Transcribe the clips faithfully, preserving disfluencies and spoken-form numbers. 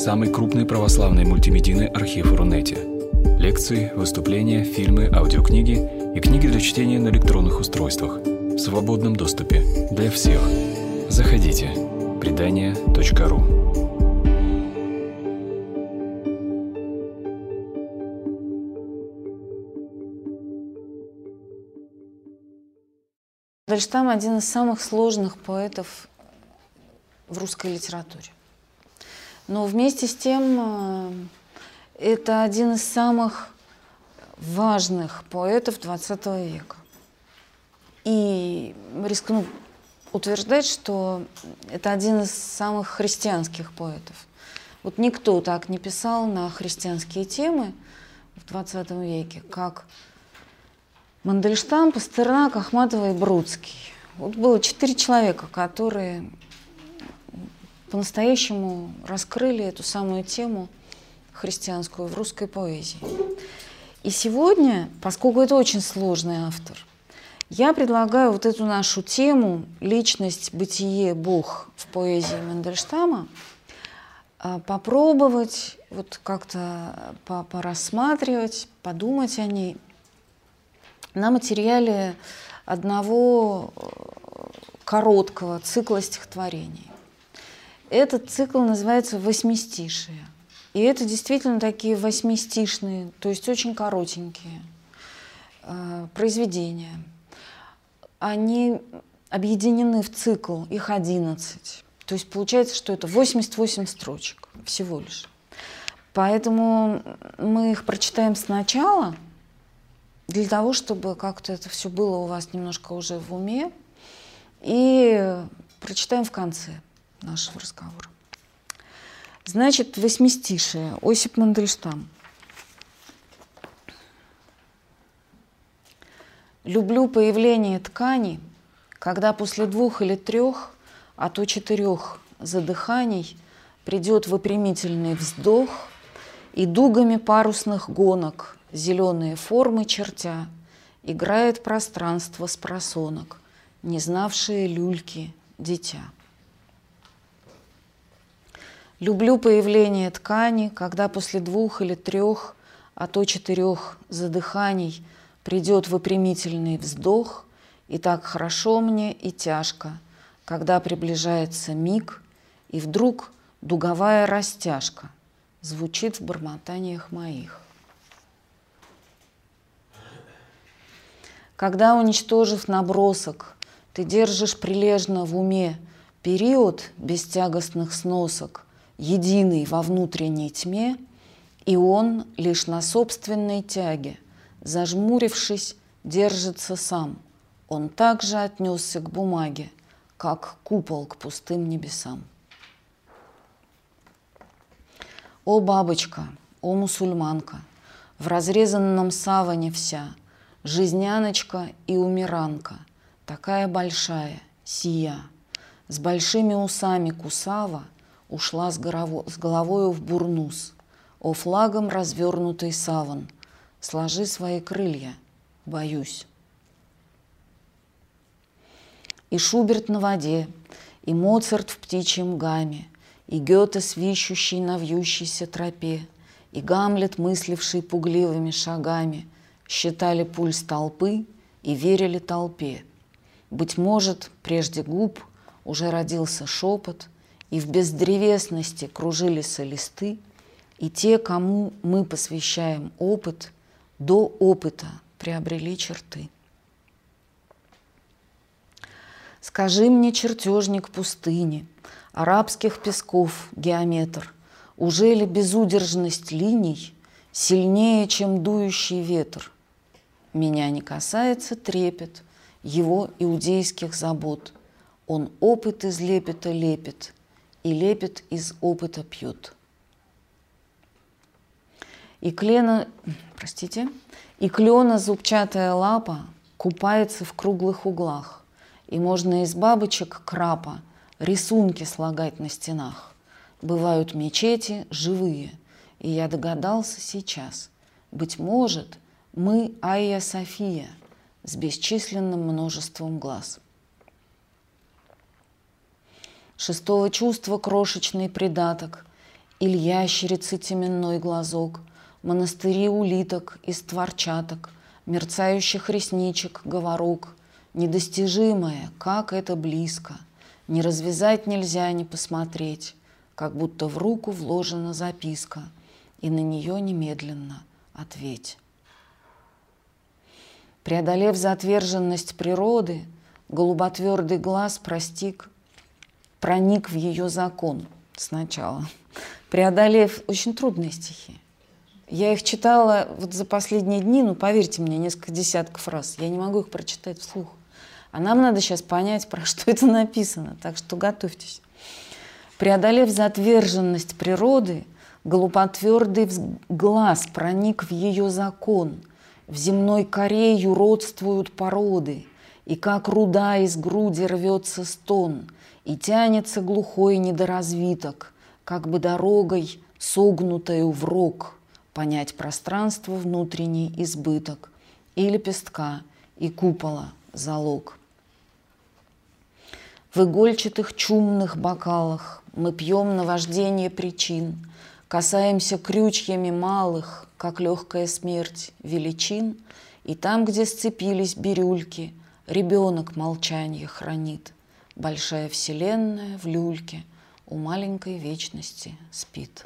самый крупный православный мультимедийный архив Рунете. Лекции, выступления, фильмы, аудиокниги и книги для чтения на электронных устройствах в свободном доступе для всех. Заходите. предания точка ру. Мандельштам – один из самых сложных поэтов в русской литературе. Но вместе с тем это один из самых важных поэтов двадцатого века. И рискну утверждать, что это один из самых христианских поэтов. Вот никто так не писал на христианские темы в двадцатом веке, как Мандельштам, Пастернак, Ахматова и Бродский. Вот было четыре человека, которые по-настоящему раскрыли эту самую тему христианскую в русской поэзии. И сегодня, поскольку это очень сложный автор, я предлагаю вот эту нашу тему «Личность, бытие, Бог» в поэзии Мандельштама попробовать вот как-то порассматривать, подумать о ней на материале одного короткого цикла стихотворений. Этот цикл называется «Восьмистишие». И это действительно такие восьмистишные, то есть очень коротенькие э, произведения. Они объединены в цикл, их одиннадцать. То есть получается, что это восемьдесят восемь строчек всего лишь. Поэтому мы их прочитаем сначала, для того, чтобы как-то это все было у вас немножко уже в уме, и прочитаем в конце нашего разговора. Значит, восьмистишие. Осип Мандельштам. Люблю появление ткани, когда после двух или трех, а то четырех задыханий придет выпрямительный вздох, и дугами парусных гонок зеленые формы чертя играет пространство с просонок, не знавшие люльки дитя. Люблю появление ткани, когда после двух или трех, а то четырех задыханий придет выпрямительный вздох, и так хорошо мне и тяжко, когда приближается миг, и вдруг дуговая растяжка звучит в бормотаниях моих. Когда, уничтожив набросок, ты держишь прилежно в уме период без тягостных сносок, единый во внутренней тьме, и он лишь на собственной тяге, зажмурившись, держится сам. Он также отнесся к бумаге, как купол к пустым небесам. О, бабочка, о, мусульманка, в разрезанном саване вся, жизняночка и умиранка, такая большая, сия, с большими усами кусава, ушла с, голово, с головою в бурнус. О, флагом развернутый саван, сложи свои крылья, боюсь. И Шуберт на воде, и Моцарт в птичьем гамме, и Гёте, свищущий на вьющейся тропе, и Гамлет, мысливший пугливыми шагами, считали пульс толпы и верили толпе. Быть может, прежде губ уже родился шепот, и в бездревесности кружились листы, и те, кому мы посвящаем опыт, до опыта приобрели черты. Скажи мне, чертежник пустыни, арабских песков геометр, ужели безудержность линий сильнее, чем дующий ветер? Меня не касается трепет его иудейских забот. Он опыт из лепета лепит, и лепет из опыта пьет. И клена, простите, и клена зубчатая лапа купается в круглых углах, и можно из бабочек крапа рисунки слагать на стенах. Бывают мечети живые, и я догадался сейчас, быть может, мы Айя София с бесчисленным множеством глаз. Шестого чувства крошечный придаток, Иль ящерицы теменной глазок, монастыри улиток из творчаток, мерцающих ресничек говорок, недостижимое, как это близко, не развязать нельзя, не посмотреть, как будто в руку вложена записка, и на нее немедленно ответь. Преодолев затверженность природы, голуботвердый глаз простиг, проник в ее закон сначала. Преодолев очень трудные стихи. Я их читала вот за последние дни, ну, поверьте мне, несколько десятков раз. Я не могу их прочитать вслух. А нам надо сейчас понять, про что это написано, так что готовьтесь. Преодолев затверженность природы, голуботвердый глаз проник в ее закон. В земной коре юродствуют породы, и как руда из груди рвется стон, и тянется глухой недоразвиток, как бы дорогой, согнутою в рог, понять пространство внутренний избыток, и лепестка, и купола залог. В игольчатых чумных бокалах мы пьем наваждение причин, касаемся крючьями малых, как легкая смерть, величин, и там, где сцепились бирюльки, ребенок молчанье хранит, большая вселенная в люльке у маленькой вечности спит.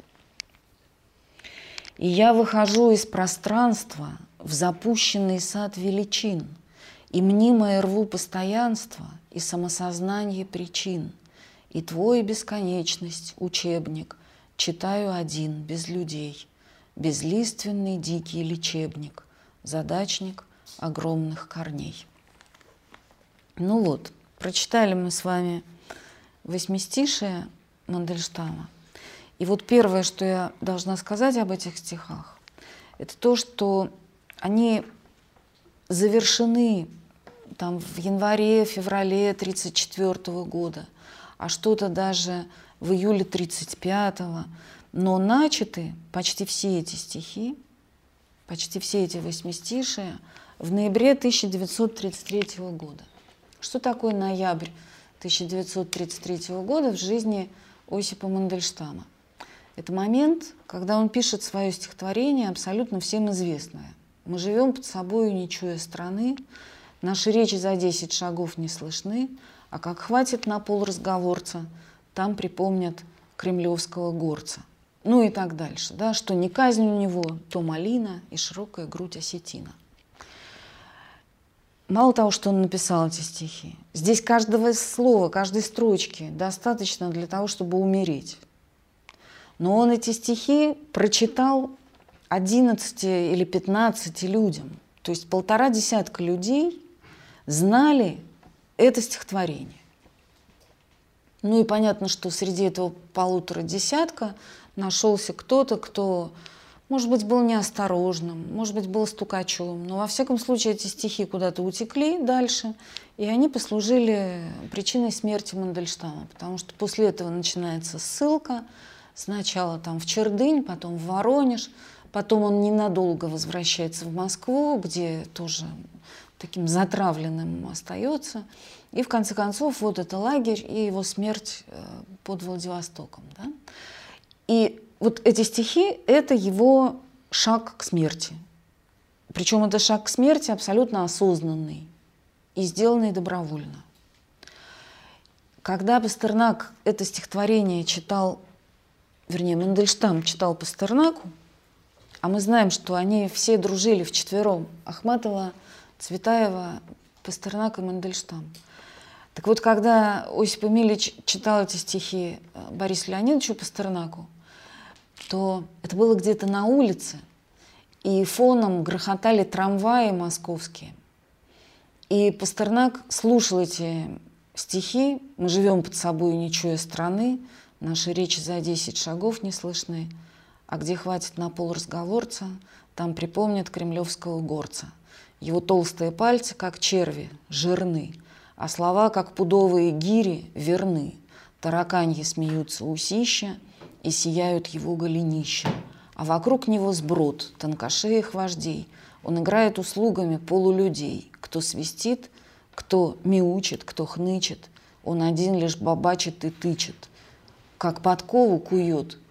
И я выхожу из пространства в запущенный сад величин, и мнимое рву постоянство и самосознание причин, и твой бесконечность, учебник, читаю один, без людей, безлиственный дикий лечебник, задачник огромных корней. Ну вот, прочитали мы с вами восьмистишие Мандельштама. И вот первое, что я должна сказать об этих стихах, это то, что они завершены там в январе-феврале тридцать четвёртого года, а что-то даже в июле тридцать пятого. Но начаты почти все эти стихи, почти все эти восьмистишия в ноябре тысяча девятьсот тридцать третьего года. Что такое ноябрь тысяча девятьсот тридцать третьего года в жизни Осипа Мандельштама? Это момент, когда он пишет свое стихотворение, абсолютно всем известное. «Мы живем под собою, не чуя страны, наши речи за десять шагов не слышны, а как хватит на полразговорца, там припомнят кремлевского горца». Ну и так дальше, да, что не казнь у него, то малина и широкая грудь осетина. Мало того, что он написал эти стихи, здесь каждого слова, каждой строчки достаточно для того, чтобы умереть. Но он эти стихи прочитал одиннадцати или пятнадцати людям. То есть полтора десятка людей знали это стихотворение. Ну и понятно, что среди этого полутора десятка нашелся кто-то, кто, может быть, был неосторожным, может быть, был стукачом, но во всяком случае эти стихи куда-то утекли дальше, и они послужили причиной смерти Мандельштама, потому что после этого начинается ссылка, сначала там в Чердынь, потом в Воронеж, потом он ненадолго возвращается в Москву, где тоже таким затравленным остается, и в конце концов вот это лагерь и его смерть под Владивостоком. Да? И вот эти стихи – это его шаг к смерти. Причем это шаг к смерти абсолютно осознанный и сделанный добровольно. Когда Пастернак это стихотворение читал, вернее, Мандельштам читал Пастернаку, а мы знаем, что они все дружили вчетвером – Ахматова, Цветаева, Пастернак и Мандельштам. Так вот, когда Осип Эмильевич читал эти стихи Борису Леонидовичу Пастернаку, то это было где-то на улице, и фоном грохотали трамваи московские. И Пастернак слушал эти стихи: «Мы живем под собой, не чуя страны, наши речи за десять шагов не слышны, а где хватит на полразговорца, там припомнят кремлевского горца. Его толстые пальцы, как черви, жирны, а слова, как пудовые гири, верны. Тараканьи смеются усища, и сияют его голенища, а вокруг него сброд тонкошеих вождей. Он играет услугами полулюдей, кто свистит, кто мяучит, кто хнычет, он один лишь бабачит и тычет, как подкову кует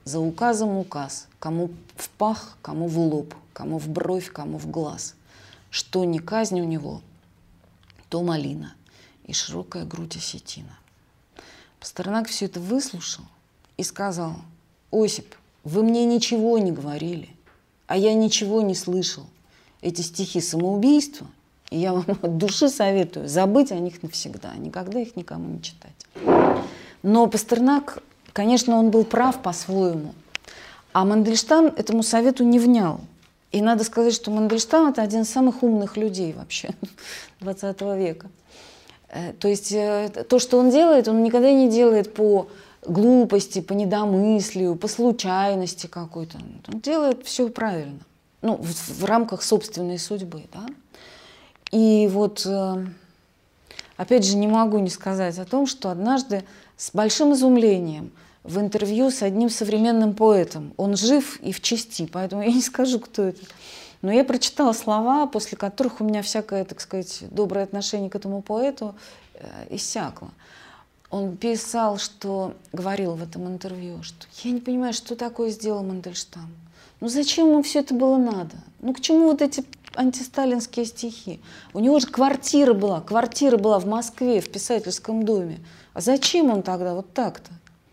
за указом указ, кому в пах, кому в лоб, кому в бровь, кому в глаз. Что не казнь у него, то малина и широкая грудь осетина. Пастернак все это выслушал и сказал: Осип, вы мне ничего не говорили, а я ничего не слышал. Эти стихи самоубийства, и я вам от души советую забыть о них навсегда, никогда их никому не читать. Но Пастернак, конечно, он был прав по-своему, а Мандельштам этому совету не внял. И надо сказать, что Мандельштам – это один из самых умных людей вообще двадцатого века. То есть то, что он делает, он никогда не делает по глупости, по недомыслию, по случайности какой-то. Он делает все правильно, ну, в, в рамках собственной судьбы. Да? И вот, опять же, не могу не сказать о том, что однажды с большим изумлением в интервью с одним современным поэтом, он жив и в чести, поэтому я не скажу, кто это, но я прочитала слова, после которых у меня всякое, так сказать, доброе отношение к этому поэту э, иссякло. Он писал, что, говорил в этом интервью, что я не понимаю, что такое сделал Мандельштам. Ну зачем ему все это было надо? Ну к чему вот эти антисталинские стихи? У него же квартира была, квартира была в Москве, в писательском доме. А зачем он тогда вот так-то?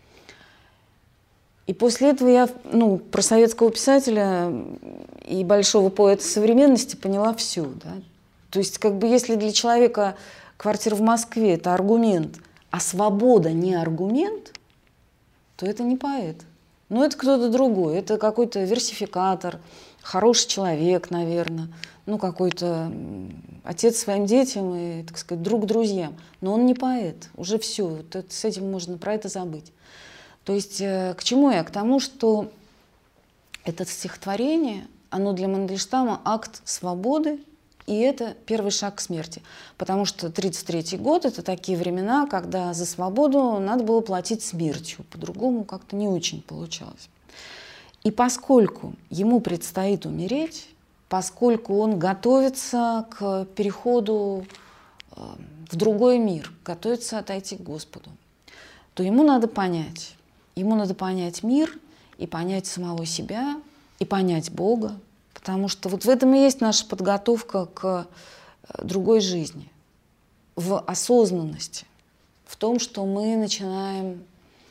И после этого я, ну, про советского писателя и большого поэта современности поняла все. Да? То есть, как бы, если для человека квартира в Москве – это аргумент, а свобода не аргумент, то это не поэт. Ну, это кто-то другой, это какой-то версификатор, хороший человек, наверное, ну, какой-то отец своим детям и, так сказать, друг друзьям. Но он не поэт, уже все, вот это, с этим можно про это забыть. То есть к чему я? К тому, что это стихотворение, оно для Мандельштама акт свободы, и это первый шаг к смерти. Потому что тридцать третий год – это такие времена, когда за свободу надо было платить смертью. По-другому как-то не очень получалось. И поскольку ему предстоит умереть, поскольку он готовится к переходу в другой мир, готовится отойти к Господу, то ему надо понять, ему надо понять мир и понять самого себя, и понять Бога, потому что вот в этом и есть наша подготовка к другой жизни, в осознанности, в том, что мы начинаем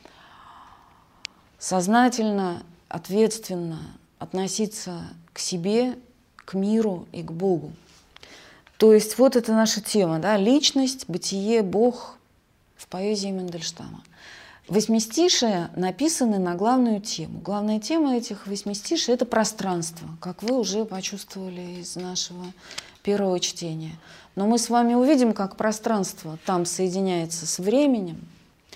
сознательно, ответственно относиться к себе, к миру и к Богу. То есть вот это наша тема, да, личность, бытие, Бог в поэзии Мандельштама. Восьмистишия написаны на главную тему. Главная тема этих восьмистиший – это пространство, как вы уже почувствовали из нашего первого чтения. Но мы с вами увидим, как пространство там соединяется с временем,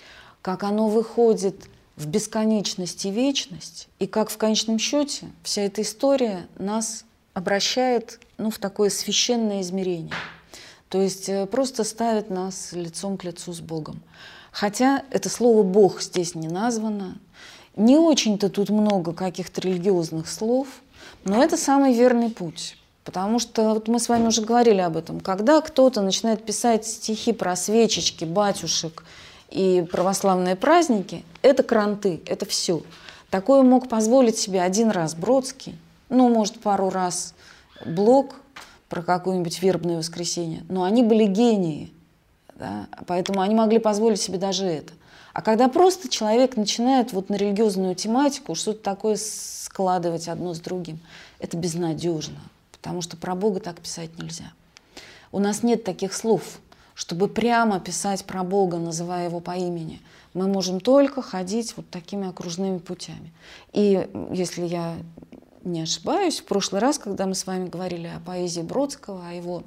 как оно выходит в бесконечность и вечность, и как в конечном счете вся эта история нас обращает, ну, в такое священное измерение. То есть просто ставит нас лицом к лицу с Богом. Хотя это слово «Бог» здесь не названо, не очень-то тут много каких-то религиозных слов, но это самый верный путь. Потому что вот мы с вами уже говорили об этом. Когда кто-то начинает писать стихи про свечечки, батюшек и православные праздники, это кранты, это все. Такое мог позволить себе один раз Бродский, ну, может, пару раз Блок про какое-нибудь вербное воскресенье, но они были гении. Да? Поэтому они могли позволить себе даже это. А когда просто человек начинает вот на религиозную тематику что-то такое складывать одно с другим, это безнадежно, потому что про Бога так писать нельзя. У нас нет таких слов, чтобы прямо писать про Бога, называя его по имени. Мы можем только ходить вот такими окружными путями. И если я не ошибаюсь, в прошлый раз, когда мы с вами говорили о поэзии Бродского, о его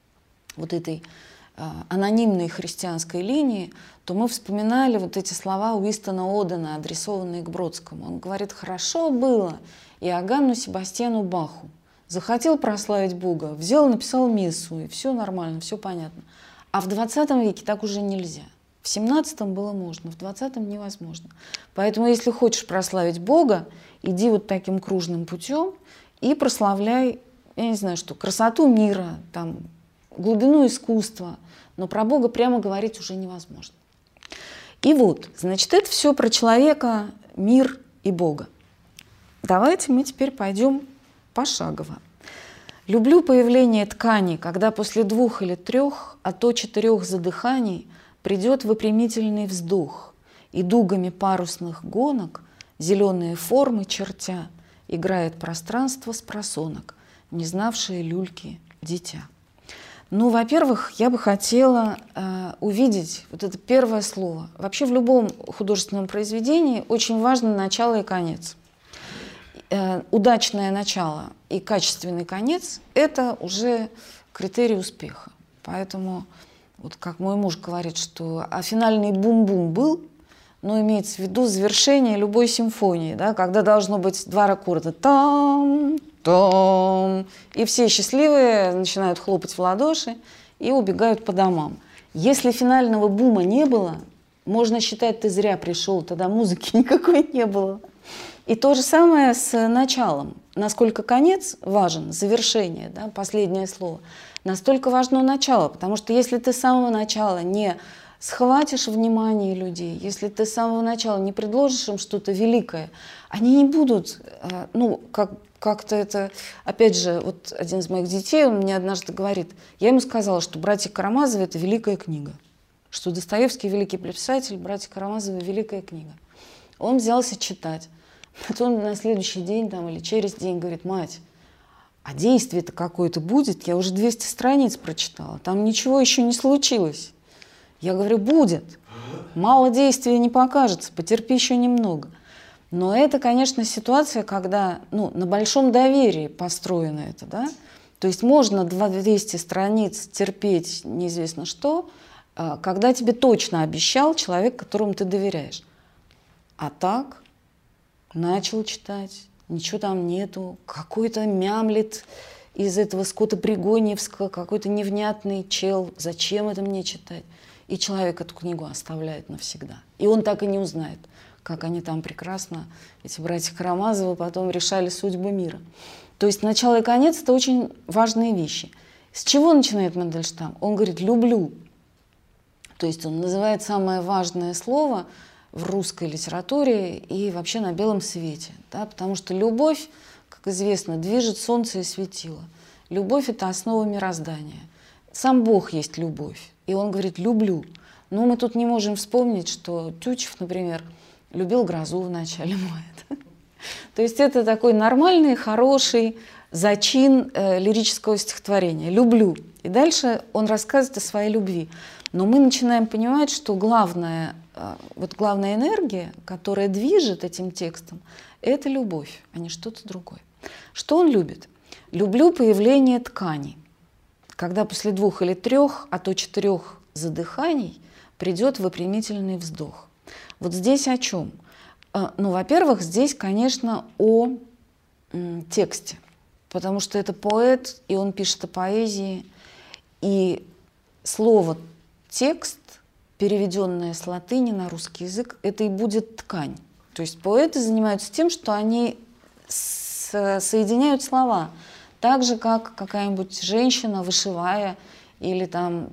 вот этой анонимной христианской линии, то мы вспоминали вот эти слова Уинстона Одена, адресованные к Бродскому. Он говорит: «Хорошо было Иоганну Себастьяну Баху. Захотел прославить Бога, взял, написал мессу, и все нормально, все понятно. А в двадцатом веке так уже нельзя. В семнадцатом было можно, в двадцатом невозможно. Поэтому, если хочешь прославить Бога, иди вот таким кружным путем и прославляй, я не знаю что, красоту мира, там, глубину искусства, но про Бога прямо говорить уже невозможно». И вот, значит, это все про человека, мир и и Бога. Давайте мы теперь пойдем пошагово. Люблю появление ткани, когда после двух или трех, а то четырех задыханий придет выпрямительный вздох, и дугами парусных гонок зеленые формы чертя играет пространство с просонок, не знавшие люльки дитя. Ну, во-первых, я бы хотела э, увидеть вот это первое слово. Вообще в любом художественном произведении очень важно начало и конец. Э, удачное начало и качественный конец – это уже критерий успеха. Поэтому, вот как мой муж говорит, что а финальный бум-бум был, но имеется в виду завершение любой симфонии, да, когда должно быть два аккорда там, там, и все счастливые начинают хлопать в ладоши и убегают по домам. Если финального бума не было, можно считать, ты зря пришел, тогда музыки никакой не было. И то же самое с началом. Насколько конец важен, завершение, да, последнее слово, настолько важно начало, потому что если ты с самого начала не схватишь внимание людей, если ты с самого начала не предложишь им что-то великое, они не будут, ну, как, как-то это, опять же, вот один из моих детей, он мне однажды говорит, я ему сказала, что «Братья Карамазовы» — это великая книга, что Достоевский — великий писатель, «Братья Карамазовы» — великая книга. Он взялся читать. Потом на следующий день там, или через день говорит: мать, а действие-то какое-то будет? Я уже двести страниц прочитала, там ничего еще не случилось. Я говорю: будет. Мало действия не покажется, потерпи еще немного. Но это, конечно, ситуация, когда ну, на большом доверии построено это, да? То есть можно двести страниц терпеть неизвестно что, когда тебе точно обещал человек, которому ты доверяешь. А так начал читать, ничего там нету, какой-то мямлет из этого скотопригоньевского, какой-то невнятный чел, зачем это мне читать? И человек эту книгу оставляет навсегда. И он так и не узнает, как они там прекрасно, эти братья Карамазовы, потом решали судьбы мира. То есть начало и конец — это очень важные вещи. С чего начинает Мандельштам? Он говорит: люблю. То есть он называет самое важное слово в русской литературе и вообще на белом свете. Да? Потому что любовь, как известно, движет солнце и светило. Любовь — это основа мироздания. Сам Бог есть любовь. И он говорит: люблю. Но мы тут не можем вспомнить, что Тютчев, например, любил грозу в начале мая. То есть это такой нормальный, хороший зачин э, лирического стихотворения. Люблю. И дальше он рассказывает о своей любви. Но мы начинаем понимать, что главная, э, вот главная энергия, которая движет этим текстом, это любовь, а не что-то другое. Что он любит? Люблю появление тканей. Когда после двух или трех, а то четырех задыханий придет выпрямительный вздох. Вот здесь о чем? Ну, во-первых, здесь, конечно, о м, тексте, потому что это поэт, и он пишет о поэзии, и слово «текст», переведенное с латыни на русский язык, это и будет ткань. То есть поэты занимаются тем, что они с- соединяют слова, так же, как какая-нибудь женщина, вышивая или там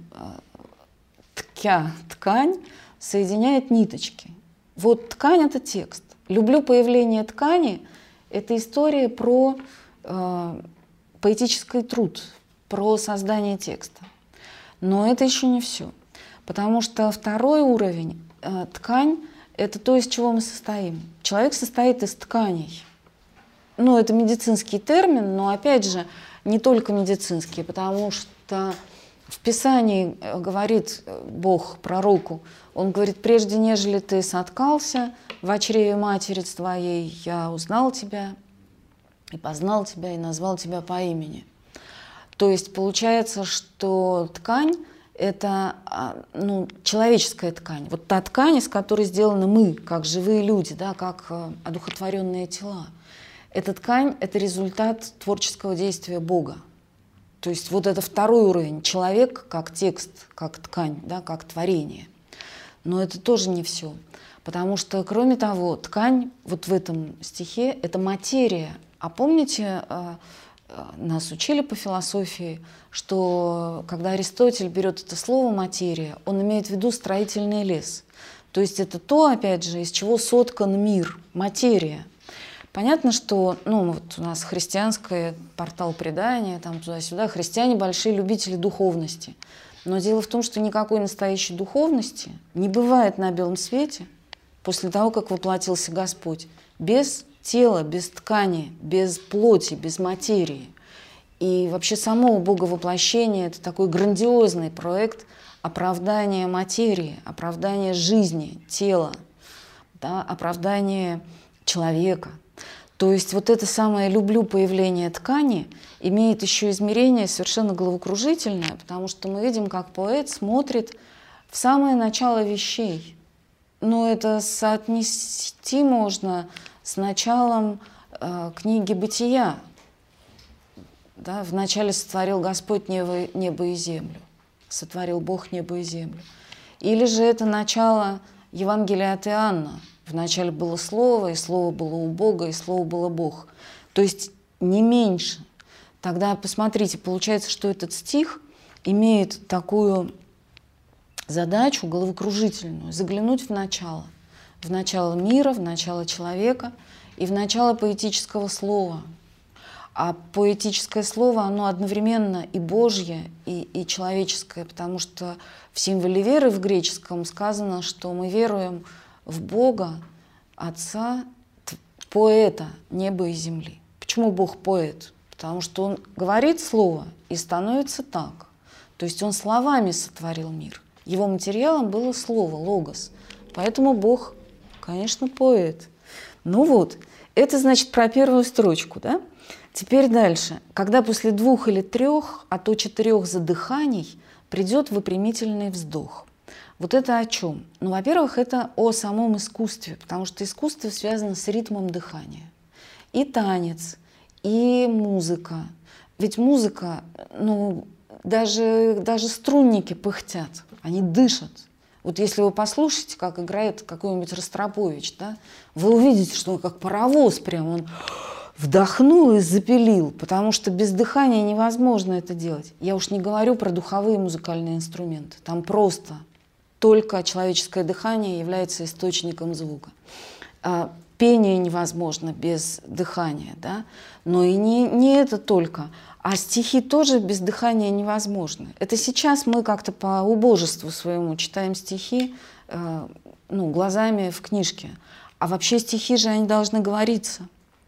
ткя ткань, соединяет ниточки. Вот ткань — это текст. «Люблю появление ткани» — это история про э, поэтический труд, про создание текста. Но это еще не все. Потому что второй уровень э, — ткань — это то, из чего мы состоим. Человек состоит из тканей. Ну, это медицинский термин, но, опять же, не только медицинский, потому что в Писании говорит Бог пророку, он говорит: прежде нежели ты соткался в чреве матери твоей, я узнал тебя, и познал тебя, и назвал тебя по имени. То есть получается, что ткань — это ну, человеческая ткань. Вот та ткань, из которой сделаны мы, как живые люди, да, как одухотворенные тела. Эта ткань — это результат творческого действия Бога. То есть вот это второй уровень. Человек как текст, как ткань, да, как творение. Но это тоже не все. Потому что, кроме того, ткань вот в этом стихе — это материя. А помните, нас учили по философии, что когда Аристотель берет это слово «материя», он имеет в виду строительный лес. То есть это то, опять же, из чего соткан мир, материя. Понятно, что ну, вот у нас христианское портал предания, там туда-сюда, христиане большие любители духовности. Но дело в том, что никакой настоящей духовности не бывает на белом свете после того, как воплотился Господь. Без тела, без ткани, без плоти, без материи. И вообще само Боговоплощение – это такой грандиозный проект оправдания материи, оправдания жизни, тела, да, оправдания человека. То есть вот это самое «люблю появление ткани» имеет еще измерение совершенно головокружительное, потому что мы видим, как поэт смотрит в самое начало вещей. Но это соотнести можно с началом э, книги «Бытия». Да, «Вначале сотворил Господь небо, небо и землю», «Сотворил Бог небо и землю». Или же это начало Евангелия от Иоанна. «Вначале было Слово, и Слово было у Бога, и Слово было Бог». То есть не меньше. Тогда посмотрите, получается, что этот стих имеет такую задачу головокружительную – заглянуть в начало. В начало мира, в начало человека и в начало поэтического слова. А поэтическое слово, оно одновременно и Божье, и, и человеческое, потому что в символе веры в греческом сказано, что мы веруем в Бога, Отца, поэта неба и земли. Почему Бог поэт? Потому что Он говорит слово и становится так. То есть Он словами сотворил мир. Его материалом было слово, логос. Поэтому Бог, конечно, поэт. Ну вот, это значит про первую строчку, да? Теперь дальше. Когда после двух или трех, а то четырех задыханий придет выпрямительный вздох. Вот это о чем? Ну, во-первых, это о самом искусстве, потому что искусство связано с ритмом дыхания. И танец, и музыка. Ведь музыка, ну, даже, даже струнники пыхтят, они дышат. Вот если вы послушаете, как играет какой-нибудь Ростропович, да, вы увидите, что он как паровоз прям, он вдохнул и запилил, потому что без дыхания невозможно это делать. Я уж не говорю про духовые музыкальные инструменты. Там просто только человеческое дыхание является источником звука. А пение невозможно без дыхания, да? Но и не, не это только. А стихи тоже без дыхания невозможны. Это сейчас мы как-то по убожеству своему читаем стихи э, ну, глазами в книжке. А вообще стихи же они должны говориться.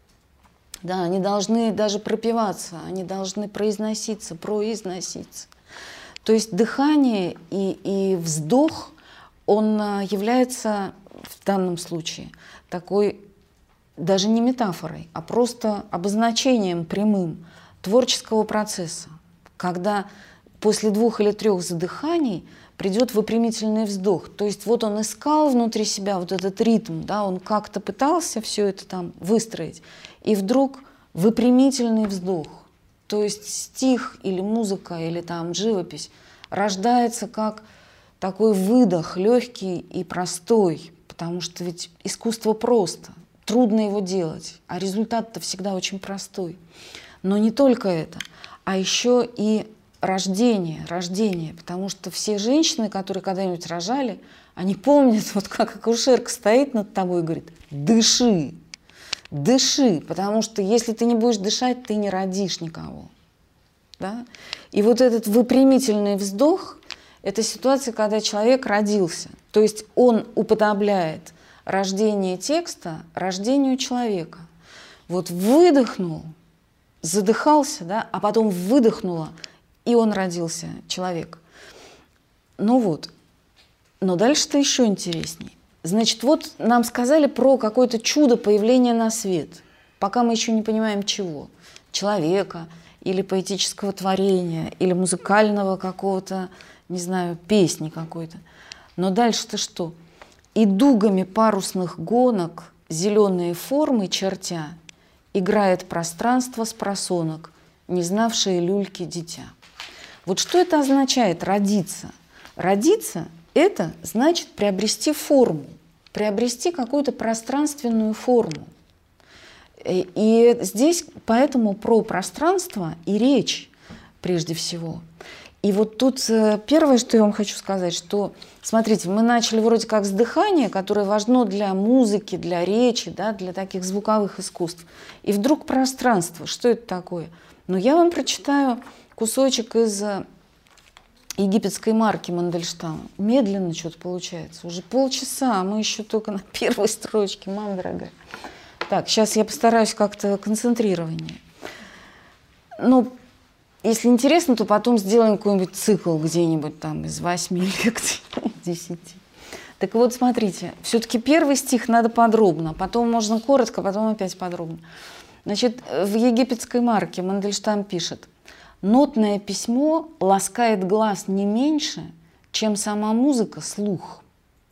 Да, они должны даже пропеваться, они должны произноситься, произноситься. То есть дыхание и, и вздох, он является в данном случае такой даже не метафорой, а просто обозначением прямым творческого процесса, когда после двух или трех задыханий придет выпрямительный вздох. То есть вот он искал внутри себя вот этот ритм, да, он как-то пытался все это там выстроить, и вдруг выпрямительный вздох. То есть стих или музыка, или там живопись рождается как такой выдох, легкий и простой, потому что ведь искусство просто, трудно его делать, а результат-то всегда очень простой. Но не только это, а еще и рождение, рождение, потому что все женщины, которые когда-нибудь рожали, они помнят, вот как акушерка стоит над тобой и говорит: дыши, дыши, потому что если ты не будешь дышать, ты не родишь никого. Да? И вот этот выпрямительный вздох – это ситуация, когда человек родился. То есть он уподобляет рождение текста рождению человека. Вот выдохнул, задыхался, да, а потом выдохнуло, и он родился, человек. Ну вот, но дальше-то еще интересней. Значит, вот нам сказали про какое-то чудо появления на свет, пока мы еще не понимаем чего. Человека, или поэтического творения, или музыкального какого-то, не знаю, песни какой-то. Но дальше-то что? И дугами парусных гонок зеленые формы чертя играет пространство с просонок, не знавшие люльки дитя. Вот что это означает родиться? Родиться – это значит приобрести форму, приобрести какую-то пространственную форму. И здесь поэтому про пространство и речь прежде всего. И вот тут первое, что я вам хочу сказать, что, смотрите, мы начали вроде как с дыхания, которое важно для музыки, для речи, да, для таких звуковых искусств. И вдруг пространство. Что это такое? Ну, я вам прочитаю кусочек из египетской марки Мандельштама. Медленно что-то получается. Уже полчаса, а мы еще только на первой строчке, мама дорогая. Так, сейчас я постараюсь как-то концентрированнее. Ну, если интересно, то потом сделаем какой-нибудь цикл где-нибудь там из восьми лекций, десяти. Так вот, смотрите, все-таки первый стих надо подробно, потом можно коротко, потом опять подробно. Значит, в египетской марке Мандельштам пишет: «Нотное письмо ласкает глаз не меньше, чем сама музыка слух.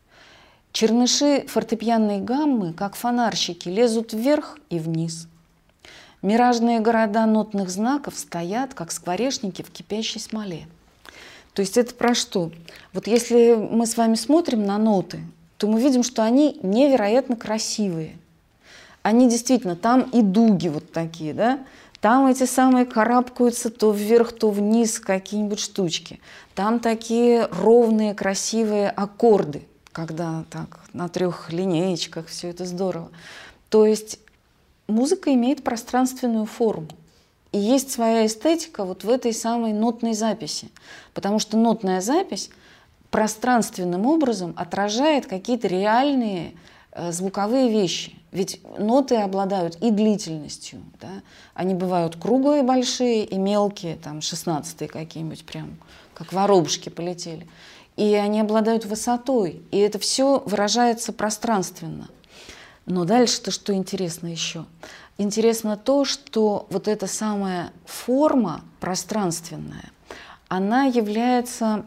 Черныши фортепианной гаммы, как фонарщики, лезут вверх и вниз. Миражные города нотных знаков стоят, как скворечники в кипящей смоле». То есть это про что? Вот если мы с вами смотрим на ноты, то мы видим, что они невероятно красивые. Они действительно, там и дуги вот такие, да? Там эти самые карабкаются то вверх, то вниз какие-нибудь штучки. Там такие ровные, красивые аккорды, когда так на трех линеечках, все это здорово. То есть музыка имеет пространственную форму. И есть своя эстетика вот в этой самой нотной записи. Потому что нотная запись пространственным образом отражает какие-то реальные э, звуковые вещи. Ведь ноты обладают и длительностью. Да? Они бывают круглые, большие, и мелкие, там шестнадцатые какие-нибудь прям, как воробушки полетели. И они обладают высотой. И это все выражается пространственно. Но дальше-то что интересно еще? Интересно то, что вот эта самая форма пространственная, она является,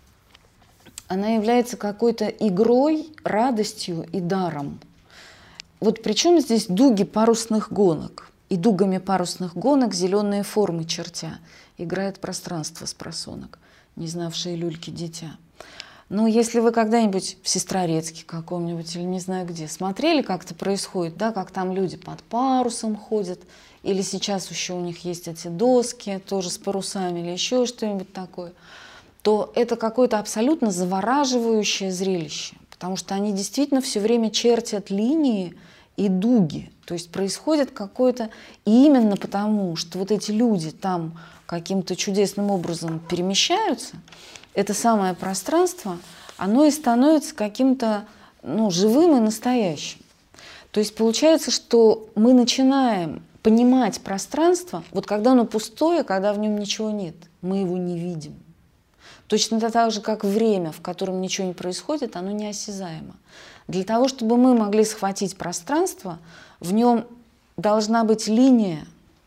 она является какой-то игрой, радостью и даром. Вот причем здесь дуги парусных гонок. И дугами парусных гонок зеленые формы чертя. Играет пространство с просонок, не знавшие люльки дитя. Но если вы когда-нибудь в Сестрорецке каком-нибудь или не знаю где смотрели, как это происходит, да, как там люди под парусом ходят, или сейчас еще у них есть эти доски тоже с парусами или еще что-нибудь такое, то это какое-то абсолютно завораживающее зрелище, потому что они действительно все время чертят линии и дуги. То есть происходит какое-то... И именно потому, что вот эти люди там каким-то чудесным образом перемещаются, это самое пространство, оно и становится каким-то, ну, живым и настоящим. То есть получается, что мы начинаем понимать пространство, вот когда оно пустое, когда в нем ничего нет, мы его не видим. Точно так же, как время, в котором ничего не происходит, оно неосязаемо. Для того, чтобы мы могли схватить пространство, в нем должна быть линия,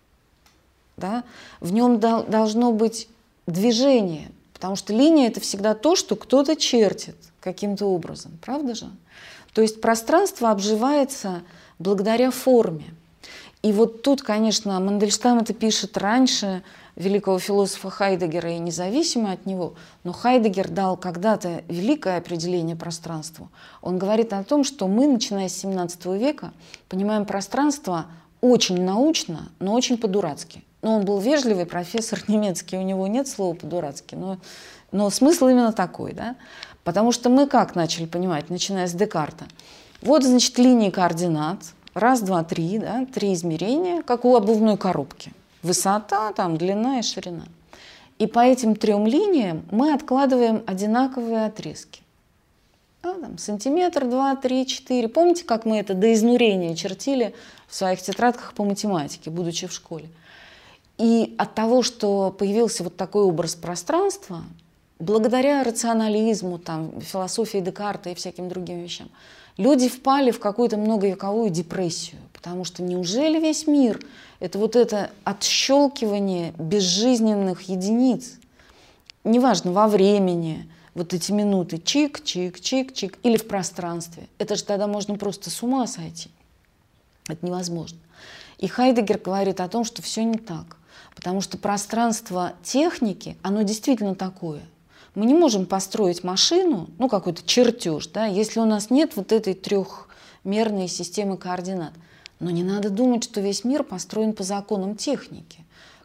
да? В нем дол- должно быть движение. Потому что линия – это всегда то, что кто-то чертит каким-то образом. Правда же? То есть пространство обживается благодаря форме. И вот тут, конечно, Мандельштам это пишет раньше великого философа Хайдеггера и независимо от него, но Хайдеггер дал когда-то великое определение пространству. Он говорит о том, что мы, начиная с семнадцатого века, понимаем пространство очень научно, но очень по-дурацки. Но он был вежливый профессор немецкий, у него нет слова по-дурацки, но, но смысл именно такой, да? Потому что мы как начали понимать, начиная с Декарта? Вот, значит, линии координат, раз, два, три, да, три измерения, как у обувной коробки. Высота, там, длина и ширина. И по этим трем линиям мы откладываем одинаковые отрезки. Да, там, сантиметр, два, три, четыре. Помните, как мы это до изнурения чертили в своих тетрадках по математике, будучи в школе? И от того, что появился вот такой образ пространства, благодаря рационализму, там, философии Декарта и всяким другим вещам, люди впали в какую-то многовековую депрессию. Потому что неужели весь мир – это вот это отщелкивание безжизненных единиц? Неважно, во времени, вот эти минуты чик, чик, чик, чик, или в пространстве. Это же тогда можно просто с ума сойти. Это невозможно. И Хайдеггер говорит о том, что все не так. Потому что пространство техники, оно действительно такое. Мы не можем построить машину, ну какой-то чертеж, да, если у нас нет вот этой трехмерной системы координат. Но не надо думать, что весь мир построен по законам техники.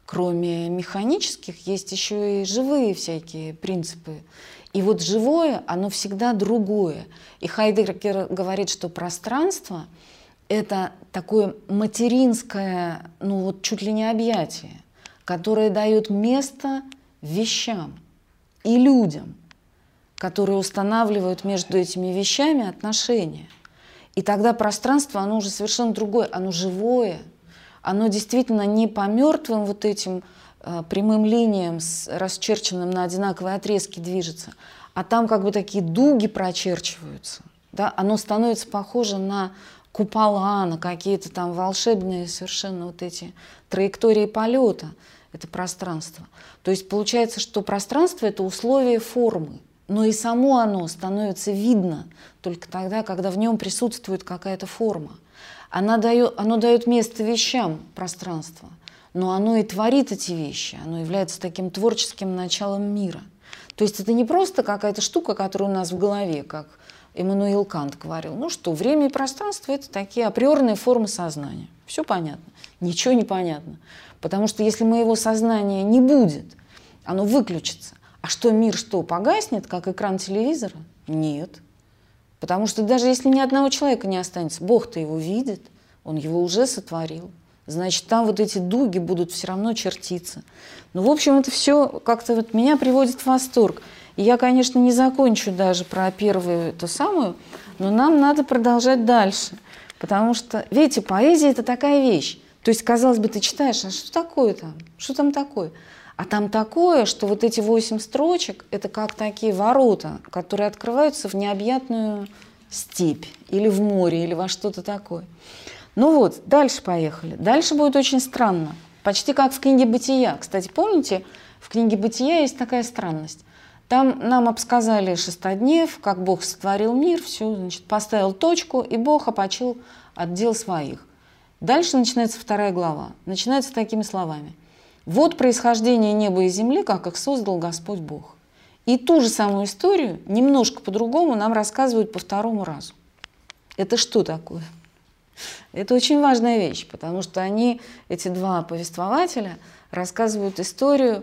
кроме механических, есть еще и живые всякие принципы. И вот живое, оно всегда другое. И Хайдеггер говорит, что пространство — это такое материнское, ну вот чуть ли не объятие, которое дает место вещам и людям, которые устанавливают между этими вещами отношения. И тогда пространство, оно уже совершенно другое, оно живое, оно действительно не по мертвым вот этим э, прямым линиям, с расчерченным на одинаковые отрезки движется, а там как бы такие дуги прочерчиваются. Да? Оно становится похоже на купола, на какие-то там волшебные совершенно вот эти траектории полета, это пространство. То есть получается, что пространство — это условие формы, но и само оно становится видно только тогда, когда в нем присутствует какая-то форма. Она дает, оно дает место вещам, пространство, но оно и творит эти вещи, оно является таким творческим началом мира. То есть это не просто какая-то штука, которая у нас в голове, как Иммануил Кант говорил. Ну что, время и пространство — это такие априорные формы сознания. Все понятно. Ничего не понятно. Потому что если моего сознания не будет, оно выключится. А что, мир что, погаснет, как экран телевизора? Нет. Потому что даже если ни одного человека не останется, Бог-то его видит, Он его уже сотворил. Значит, там вот эти дуги будут все равно чертиться. Ну, в общем, это все как-то вот меня приводит в восторг. И я, конечно, не закончу даже про первую эту самую, но нам надо продолжать дальше. Потому что, видите, поэзия — это такая вещь. То есть, казалось бы, ты читаешь, а что такое там? Что там такое? А там такое, что вот эти восемь строчек — это как такие ворота, которые открываются в необъятную степь или в море, или во что-то такое. Ну вот, дальше поехали. Дальше будет очень странно. Почти как в книге «Бытия». Кстати, помните, в книге «Бытия» есть такая странность. Там нам обсказали шестоднев, как Бог сотворил мир, все, значит, поставил точку, и Бог опочил от дел своих. Дальше начинается вторая глава. Начинается такими словами. «Вот происхождение неба и земли, как их создал Господь Бог». И ту же самую историю, немножко по-другому, нам рассказывают по второму разу. Это что такое? Это очень важная вещь, потому что они, эти два повествователя, рассказывают историю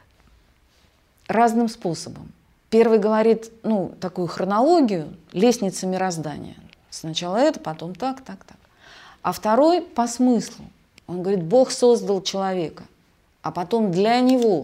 разным способом. Первый говорит, ну, такую хронологию, лестница мироздания. Сначала это, потом так, так, так. А второй по смыслу. Он говорит, Бог создал человека, а потом для него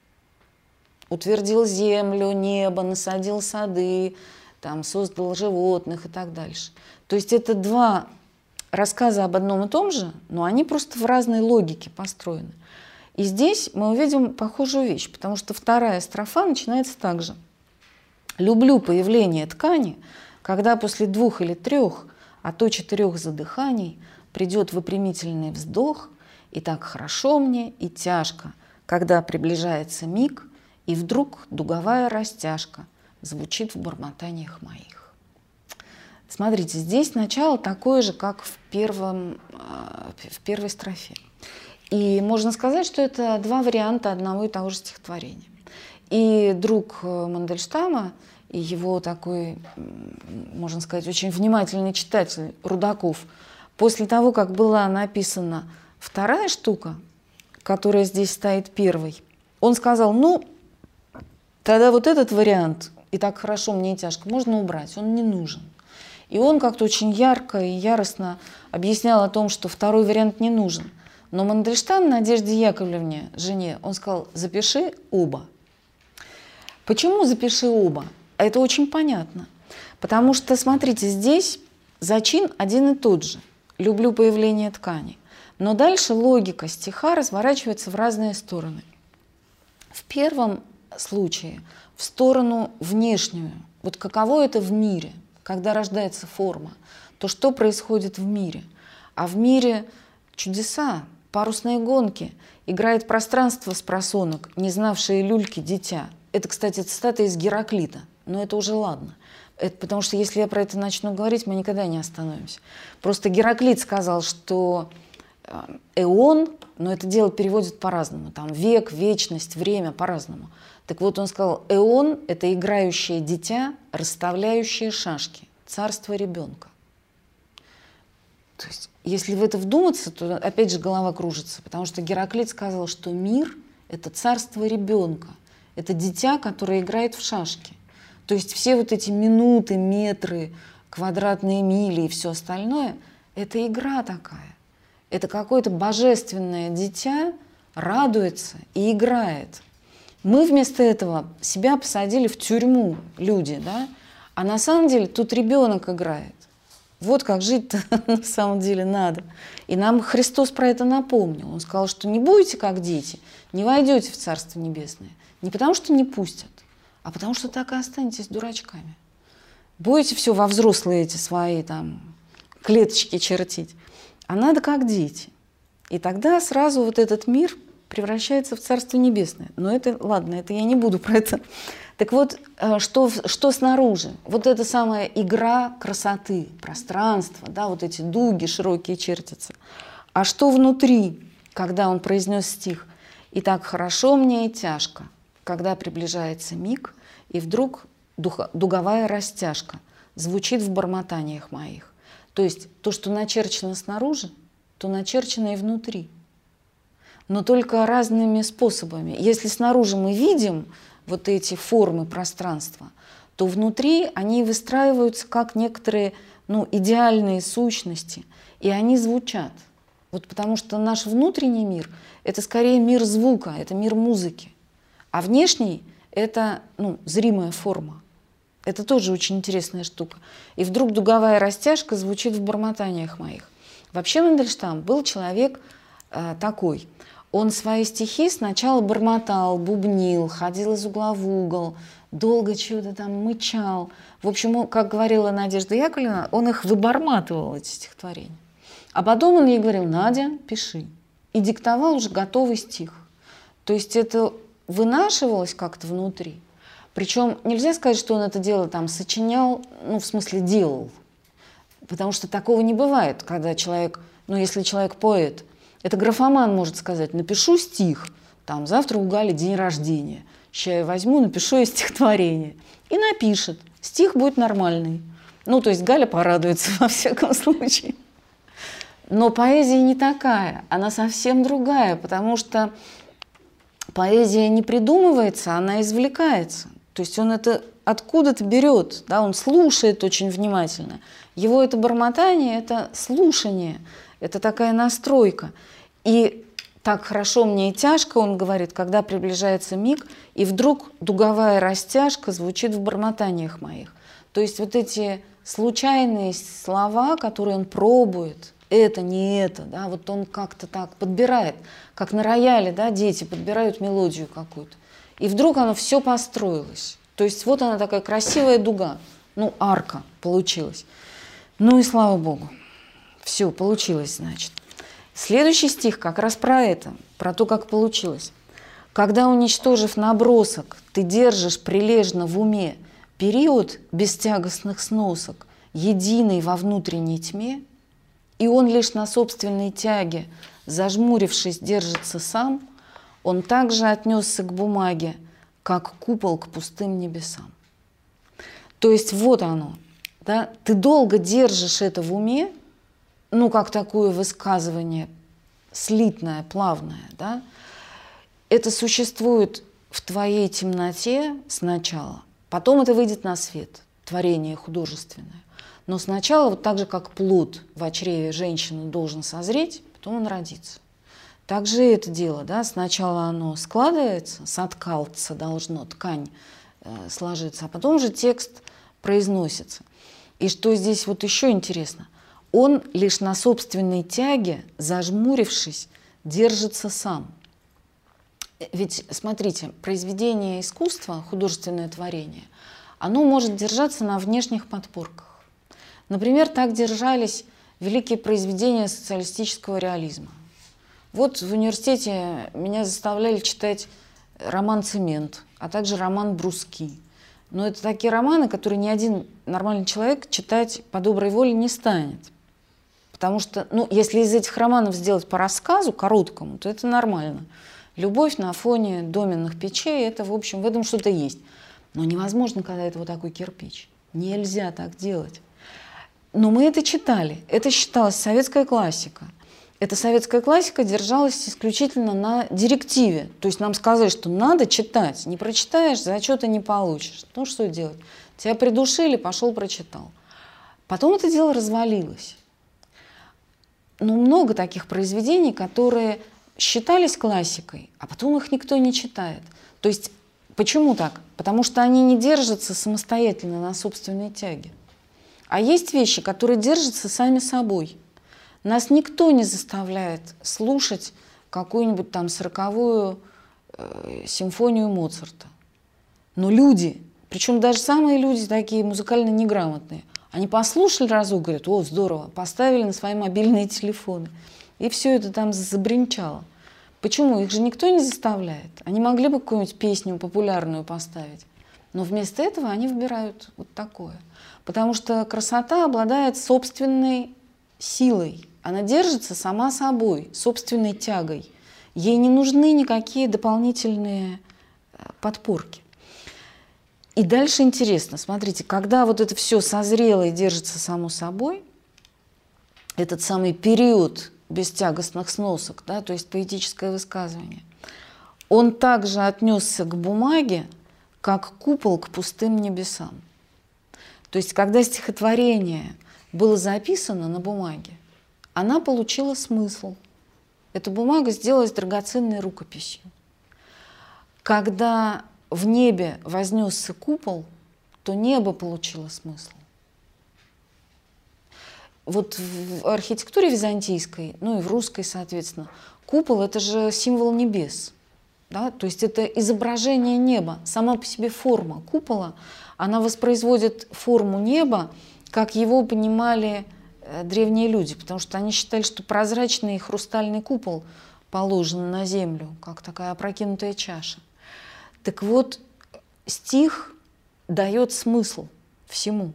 утвердил землю, небо, насадил сады, там, создал животных и так дальше. То есть это два рассказа об одном и том же, но они просто в разной логике построены. И здесь мы увидим похожую вещь, потому что вторая строфа начинается так же. «Люблю появление ткани, когда после двух или трех, а то четырех задыханий придет выпрямительный вздох, и так хорошо мне и тяжко, когда приближается миг, и вдруг дуговая растяжка звучит в бормотаниях моих». Смотрите, здесь начало такое же, как в, первом, в первой строфе. И можно сказать, что это два варианта одного и того же стихотворения. И друг Мандельштама, и его такой, можно сказать, очень внимательный читатель Рудаков, после того, как была написана вторая штука, которая здесь стоит первой, он сказал, ну, тогда вот этот вариант, и так хорошо мне и тяжко, можно убрать, он не нужен. И он как-то очень ярко и яростно объяснял о том, что второй вариант не нужен. Но Мандельштам Надежде Яковлевне, жене, он сказал, запиши оба. Почему запиши оба? Это очень понятно. Потому что, смотрите, здесь зачин один и тот же. Люблю появление ткани. Но дальше логика стиха разворачивается в разные стороны. В первом случае в сторону внешнюю. Вот каково это в мире, когда рождается форма, то что происходит в мире? А в мире чудеса, парусные гонки, играет пространство с просонок, не знавшие люльки дитя. Это, кстати, цитата из Гераклита, но это уже ладно. Это потому что если я про это начну говорить, мы никогда не остановимся. Просто Гераклит сказал, что эон, но это дело переводит по-разному, там век, вечность, время по-разному. Так вот он сказал, эон – это играющее дитя, расставляющее шашки, царство ребенка. То есть, если в это вдуматься, то опять же голова кружится, потому что Гераклит сказал, что мир — это царство ребенка, это дитя, которое играет в шашки. То есть все вот эти минуты, метры, квадратные мили и все остальное — это игра такая. Это какое-то божественное дитя радуется и играет. Мы вместо этого себя посадили в тюрьму, люди, да? А на самом деле тут ребенок играет. Вот как жить-то на самом деле надо. И нам Христос про это напомнил. Он сказал, что не будете как дети, не войдете в Царство Небесное. Не потому что не пустят, а потому что так и останетесь дурачками. Будете все во взрослые эти свои там клеточки чертить. А надо как дети. И тогда сразу вот этот мир превращается в Царство Небесное. Но это, ладно, это я не буду про это. Так вот, что, что снаружи? Вот эта самая игра красоты, пространства, да, вот эти дуги широкие чертятся. А что внутри, когда он произнес стих? «И так хорошо мне и тяжко, когда приближается миг, и вдруг духа, дуговая растяжка звучит в бормотаниях моих». То есть то, что начерчено снаружи, то начерчено и внутри. Но только разными способами. Если снаружи мы видим вот эти формы пространства, то внутри они выстраиваются как некоторые ну, идеальные сущности, и они звучат. Вот потому что наш внутренний мир — это скорее мир звука, это мир музыки, а внешний — это ну, зримая форма. Это тоже очень интересная штука. И вдруг дуговая растяжка звучит в бормотаниях моих. Вообще Мандельштам был человек э, такой. Он свои стихи сначала бормотал, бубнил, ходил из угла в угол, долго чего-то там мычал. В общем, как говорила Надежда Яковлевна, он их выборматывал, эти стихотворения. А потом он ей говорил: «Надя, пиши». И диктовал уже готовый стих. То есть это вынашивалось как-то внутри. Причем нельзя сказать, что он это дело там сочинял, ну, в смысле делал. Потому что такого не бывает, когда человек, ну, если человек поэт, это графоман может сказать: напишу стих, там, завтра у Гали день рождения, сейчас я возьму, напишу ей стихотворение. И напишет. Стих будет нормальный. Ну, то есть Галя порадуется во всяком случае. Но поэзия не такая, она совсем другая, потому что поэзия не придумывается, она извлекается. То есть он это откуда-то берет, да, он слушает очень внимательно. Его это бормотание, это слушание, это такая настройка. И так хорошо мне и тяжко, он говорит, когда приближается миг, и вдруг дуговая растяжка звучит в бормотаниях моих. То есть вот эти случайные слова, которые он пробует, это, не это, да, вот он как-то так подбирает, как на рояле, да, дети подбирают мелодию какую-то. И вдруг оно все построилось. То есть вот она такая красивая дуга, ну, арка получилась. Ну и слава Богу, все, получилось, значит. Следующий стих как раз про это, про то, как получилось. «Когда, уничтожив набросок, ты держишь прилежно в уме период бестягостных сносок, единый во внутренней тьме, и он лишь на собственной тяге, зажмурившись, держится сам, он также отнесся к бумаге, как купол к пустым небесам». То есть вот оно, да? Ты долго держишь это в уме, ну, как такое высказывание слитное, плавное, да? Это существует в твоей темноте сначала, потом это выйдет на свет, творение художественное. Но сначала, вот так же, как плод в чреве женщины должен созреть, потом он родится. Так же это дело, да, сначала оно складывается, соткаться должно, ткань э, сложиться, а потом же текст произносится. И что здесь вот еще интересно, он лишь на собственной тяге, зажмурившись, держится сам. Ведь, смотрите, произведение искусства, художественное творение, оно может держаться на внешних подпорках. Например, так держались великие произведения социалистического реализма. Вот в университете меня заставляли читать роман «Цемент», а также роман «Бруски». Но это такие романы, которые ни один нормальный человек читать по доброй воле не станет. Потому что, ну, если из этих романов сделать по рассказу, короткому, то это нормально. Любовь на фоне доменных печей, это, в общем, в этом что-то есть. Но невозможно, когда это вот такой кирпич. Нельзя так делать. Но мы это читали. Это считалось советская классика. Эта советская классика держалась исключительно на директиве. То есть нам сказали, что надо читать. Не прочитаешь, зачета не получишь. Ну что делать? Тебя придушили, пошел прочитал. Потом это дело развалилось. Но много таких произведений, которые считались классикой, а потом их никто не читает. То есть почему так? Потому что они не держатся самостоятельно на собственной тяге. А есть вещи, которые держатся сами собой. Нас никто не заставляет слушать какую-нибудь там сороковую э, симфонию Моцарта. Но люди, причем даже самые люди такие музыкально неграмотные, они послушали разок, говорят: о, здорово, поставили на свои мобильные телефоны. И все это там забринчало. Почему? Их же никто не заставляет. Они могли бы какую-нибудь песню популярную поставить. Но вместо этого они выбирают вот такое. Потому что красота обладает собственной силой. Она держится сама собой, собственной тягой. Ей не нужны никакие дополнительные подпорки. И дальше интересно, смотрите, когда вот это все созрело и держится само собой, этот самый период бестягостных сносок, да, то есть поэтическое высказывание, он также отнесся к бумаге, как купол к пустым небесам. То есть когда стихотворение было записано на бумаге, она получила смысл. Эта бумага сделалась драгоценной рукописью. Когда в небе вознесся купол, то небо получило смысл. Вот в архитектуре византийской, ну и в русской, соответственно, купол – это же символ небес. Да? То есть это изображение неба, сама по себе форма купола, она воспроизводит форму неба, как его понимали древние люди, потому что они считали, что прозрачный хрустальный купол положен на землю, как такая опрокинутая чаша. Так вот, стих дает смысл всему,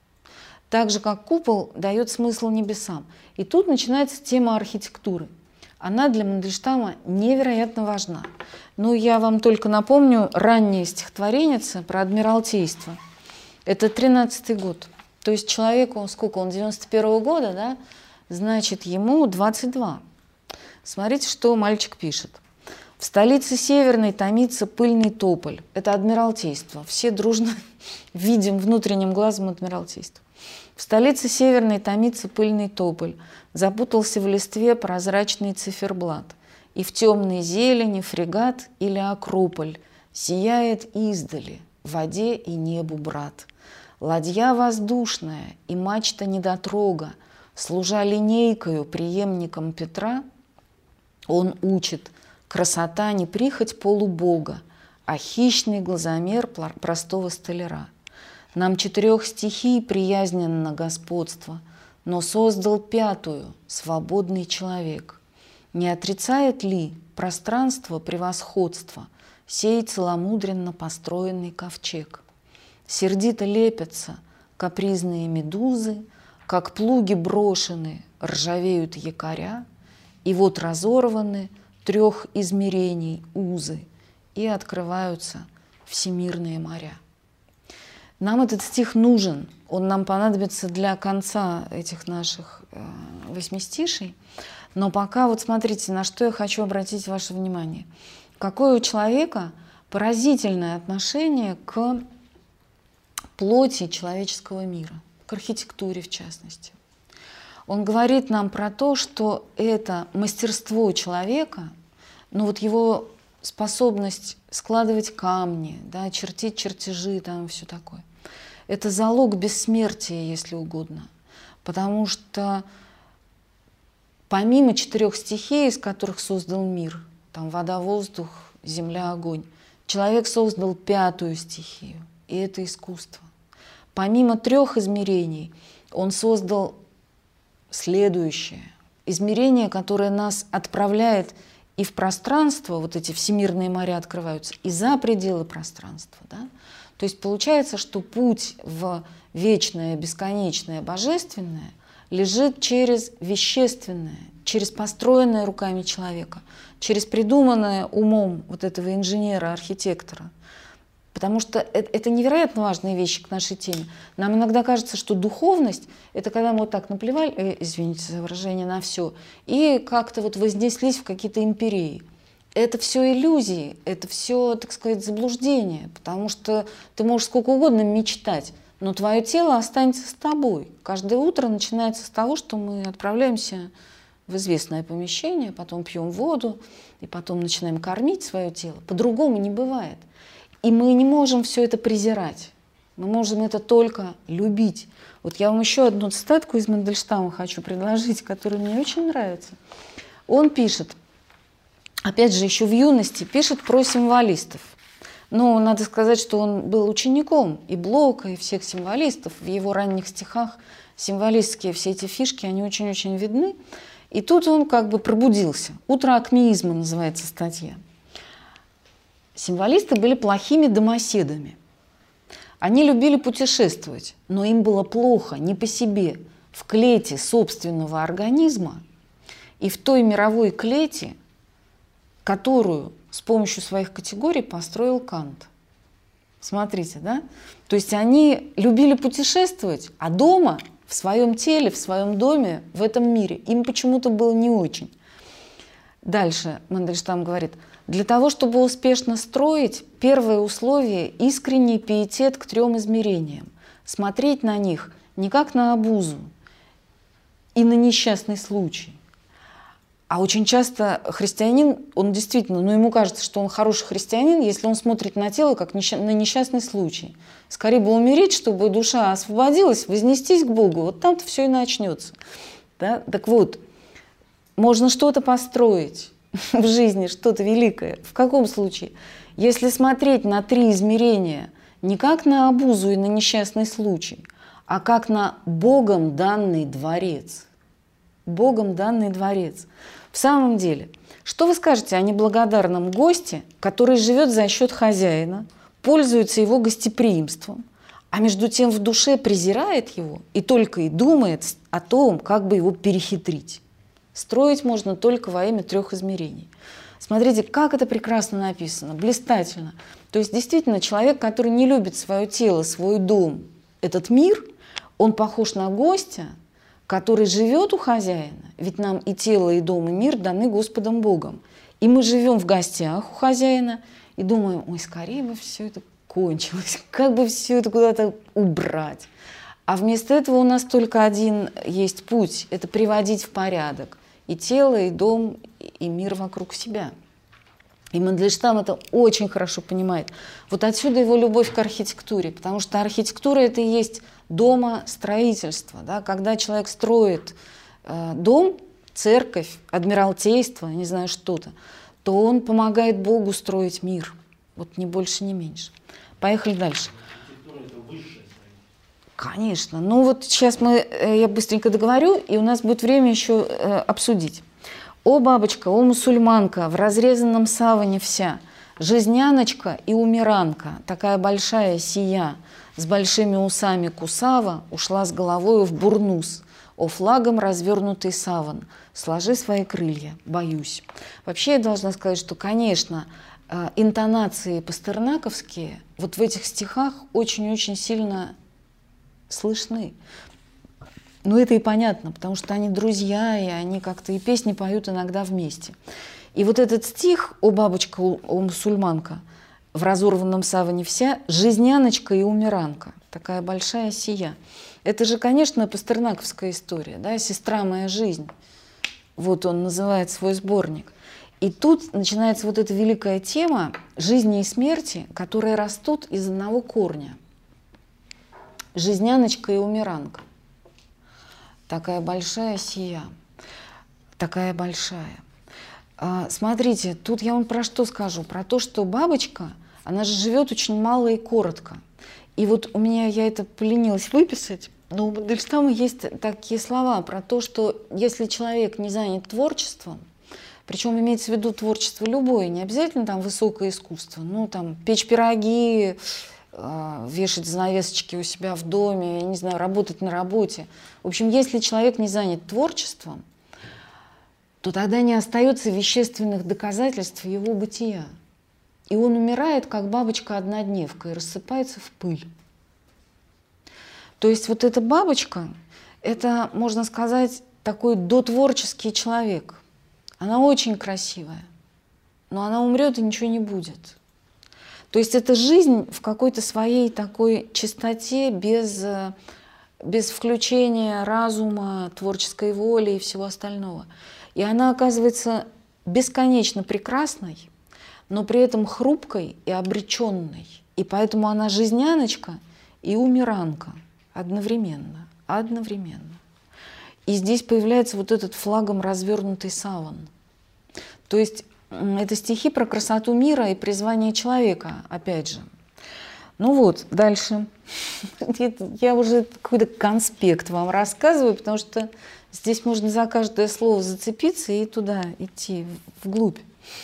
так же, как купол дает смысл небесам. И тут начинается тема архитектуры. Она для Мандельштама невероятно важна. Но я вам только напомню раннее стихотворение про Адмиралтейство. Это тринадцатый год. То есть человеку, сколько он, девяносто первого года, да? Значит, ему двадцать два. Смотрите, что мальчик пишет. В столице Северной томится пыльный тополь. Это Адмиралтейство. Все дружно видим внутренним глазом Адмиралтейство. В столице Северной томится пыльный тополь. Запутался в листве прозрачный циферблат. И в темной зелени фрегат или акрополь сияет издали, в воде и небу брат. Ладья воздушная и мачта недотрога, служа линейкою преемником Петра, он учит: красота не прихоть полубога, а хищный глазомер простого столяра. Нам четырех стихий приязненно господство, но создал пятую свободный человек. Не отрицает ли пространство превосходства сей целомудренно построенный ковчег? Сердито лепятся капризные медузы, как плуги брошены, ржавеют якоря, и вот разорваны трех измерений узы, и открываются всемирные моря. Нам этот стих нужен, он нам понадобится для конца этих наших э, восьмистишей. Но пока вот смотрите, на что я хочу обратить ваше внимание. Какое у человека поразительное отношение к плоти человеческого мира, к архитектуре в частности. Он говорит нам про то, что это мастерство человека, ну вот его способность складывать камни, да, чертить чертежи, там все такое. Это залог бессмертия, если угодно. Потому что помимо четырех стихий, из которых создал мир, там вода, воздух, земля, огонь, человек создал пятую стихию, и это искусство. Помимо трех измерений, он создал следующее измерение, которое нас отправляет и в пространство, вот эти всемирные моря открываются, и за пределы пространства. Да? То есть получается, что путь в вечное, бесконечное, божественное лежит через вещественное, через построенное руками человека, через придуманное умом вот этого инженера, архитектора. Потому что это, это невероятно важные вещи к нашей теме. Нам иногда кажется, что духовность — это когда мы вот так наплевали, э, извините за выражение, на все, и как-то вот вознеслись в какие-то империи. Это все иллюзии, это все, так сказать, заблуждение, потому что ты можешь сколько угодно мечтать, но твое тело останется с тобой. Каждое утро начинается с того, что мы отправляемся в известное помещение, потом пьем воду, и потом начинаем кормить свое тело. По-другому не бывает. И мы не можем все это презирать. Мы можем это только любить. Вот я вам еще одну цитатку из Мандельштама хочу предложить, которая мне очень нравится. Он пишет, опять же, еще в юности, пишет про символистов. Но надо сказать, что он был учеником и Блока, и всех символистов. В его ранних стихах символистские все эти фишки, они очень-очень видны. И тут он как бы пробудился. «Утро акмеизма» называется статья. Символисты были плохими домоседами. Они любили путешествовать, но им было плохо не по себе, в клете собственного организма и в той мировой клете, которую с помощью своих категорий построил Кант. Смотрите, да? То есть они любили путешествовать, а дома, в своем теле, в своем доме, в этом мире, им почему-то было не очень. Дальше Мандельштам говорит, для того, чтобы успешно строить, первое условие – искренний пиетет к трем измерениям. Смотреть на них не как на обузу и на несчастный случай. А очень часто христианин, он действительно, ну ему кажется, что он хороший христианин, если он смотрит на тело как на несчастный случай. Скорее бы умереть, чтобы душа освободилась, вознестись к Богу. Вот там-то все и начнется. Да? Так вот, можно что-то построить в жизни, что-то великое. В каком случае? Если смотреть на три измерения не как на обузу и на несчастный случай, а как на Богом данный дворец. Богом данный дворец. В самом деле, что вы скажете о неблагодарном госте, который живет за счет хозяина, пользуется его гостеприимством, а между тем в душе презирает его и только и думает о том, как бы его перехитрить? Строить можно только во имя трех измерений. Смотрите, как это прекрасно написано, блистательно. То есть действительно человек, который не любит свое тело, свой дом, этот мир, он похож на гостя, который живет у хозяина, ведь нам и тело, и дом, и мир даны Господом Богом. И мы живем в гостях у хозяина и думаем, ой, скорее бы все это кончилось, как бы все это куда-то убрать. А вместо этого у нас только один есть путь – это приводить в порядок и тело, и дом, и мир вокруг себя. И Мандельштам это очень хорошо понимает. Вот отсюда его любовь к архитектуре, потому что архитектура – это и есть домостроительство. Да? Когда человек строит э, дом, церковь, адмиралтейство, не знаю, что-то, то он помогает Богу строить мир. Вот ни больше, ни меньше. Поехали дальше. Архитектура – это высшее. Конечно. Ну вот сейчас мы, я быстренько договорю, и у нас будет время еще э, обсудить. «О, бабочка, о, мусульманка, в разрезанном саване вся, жизняночка и умиранка, такая большая сия, с большими усами кусава, ушла с головою в бурнус, о, флагом развернутый саван, сложи свои крылья, боюсь». Вообще я должна сказать, что, конечно, э, интонации пастернаковские вот в этих стихах очень-очень сильно слышны. Ну, это и понятно, потому что они друзья, и они как-то и песни поют иногда вместе. И вот этот стих «О, бабочка, о, мусульманка, в разорванном саване вся, жизняночка и умиранка, такая большая сия». Это же, конечно, пастернаковская история, да, «Сестра моя жизнь». Вот он называет свой сборник. И тут начинается вот эта великая тема жизни и смерти, которые растут из одного корня. Жизняночка и умиранка. Такая большая сия, такая большая. А, смотрите, тут я вам про что скажу? Про то, что бабочка, она же живет очень мало и коротко. И вот у меня, я это поленилась выписать, но у Мандельштама есть такие слова про то, что если человек не занят творчеством, причем имеется в виду творчество любое, не обязательно там высокое искусство, ну там печь пироги, вешать занавесочки у себя в доме, я не знаю, работать на работе. В общем, если человек не занят творчеством, то тогда не остается вещественных доказательств его бытия. И он умирает, как бабочка-однодневка, и рассыпается в пыль. То есть вот эта бабочка, это, можно сказать, такой дотворческий человек. Она очень красивая, но она умрет и ничего не будет. То есть это жизнь в какой-то своей такой чистоте, без, без включения разума, творческой воли и всего остального. И она оказывается бесконечно прекрасной, но при этом хрупкой и обреченной. И поэтому она жизняночка и умиранка одновременно. Одновременно. И здесь появляется вот этот флагом развернутый саван. То есть это стихи про красоту мира и призвание человека, опять же. Ну вот, дальше. Я уже какой-то конспект вам рассказываю, потому что здесь можно за каждое слово зацепиться и туда идти, вглубь.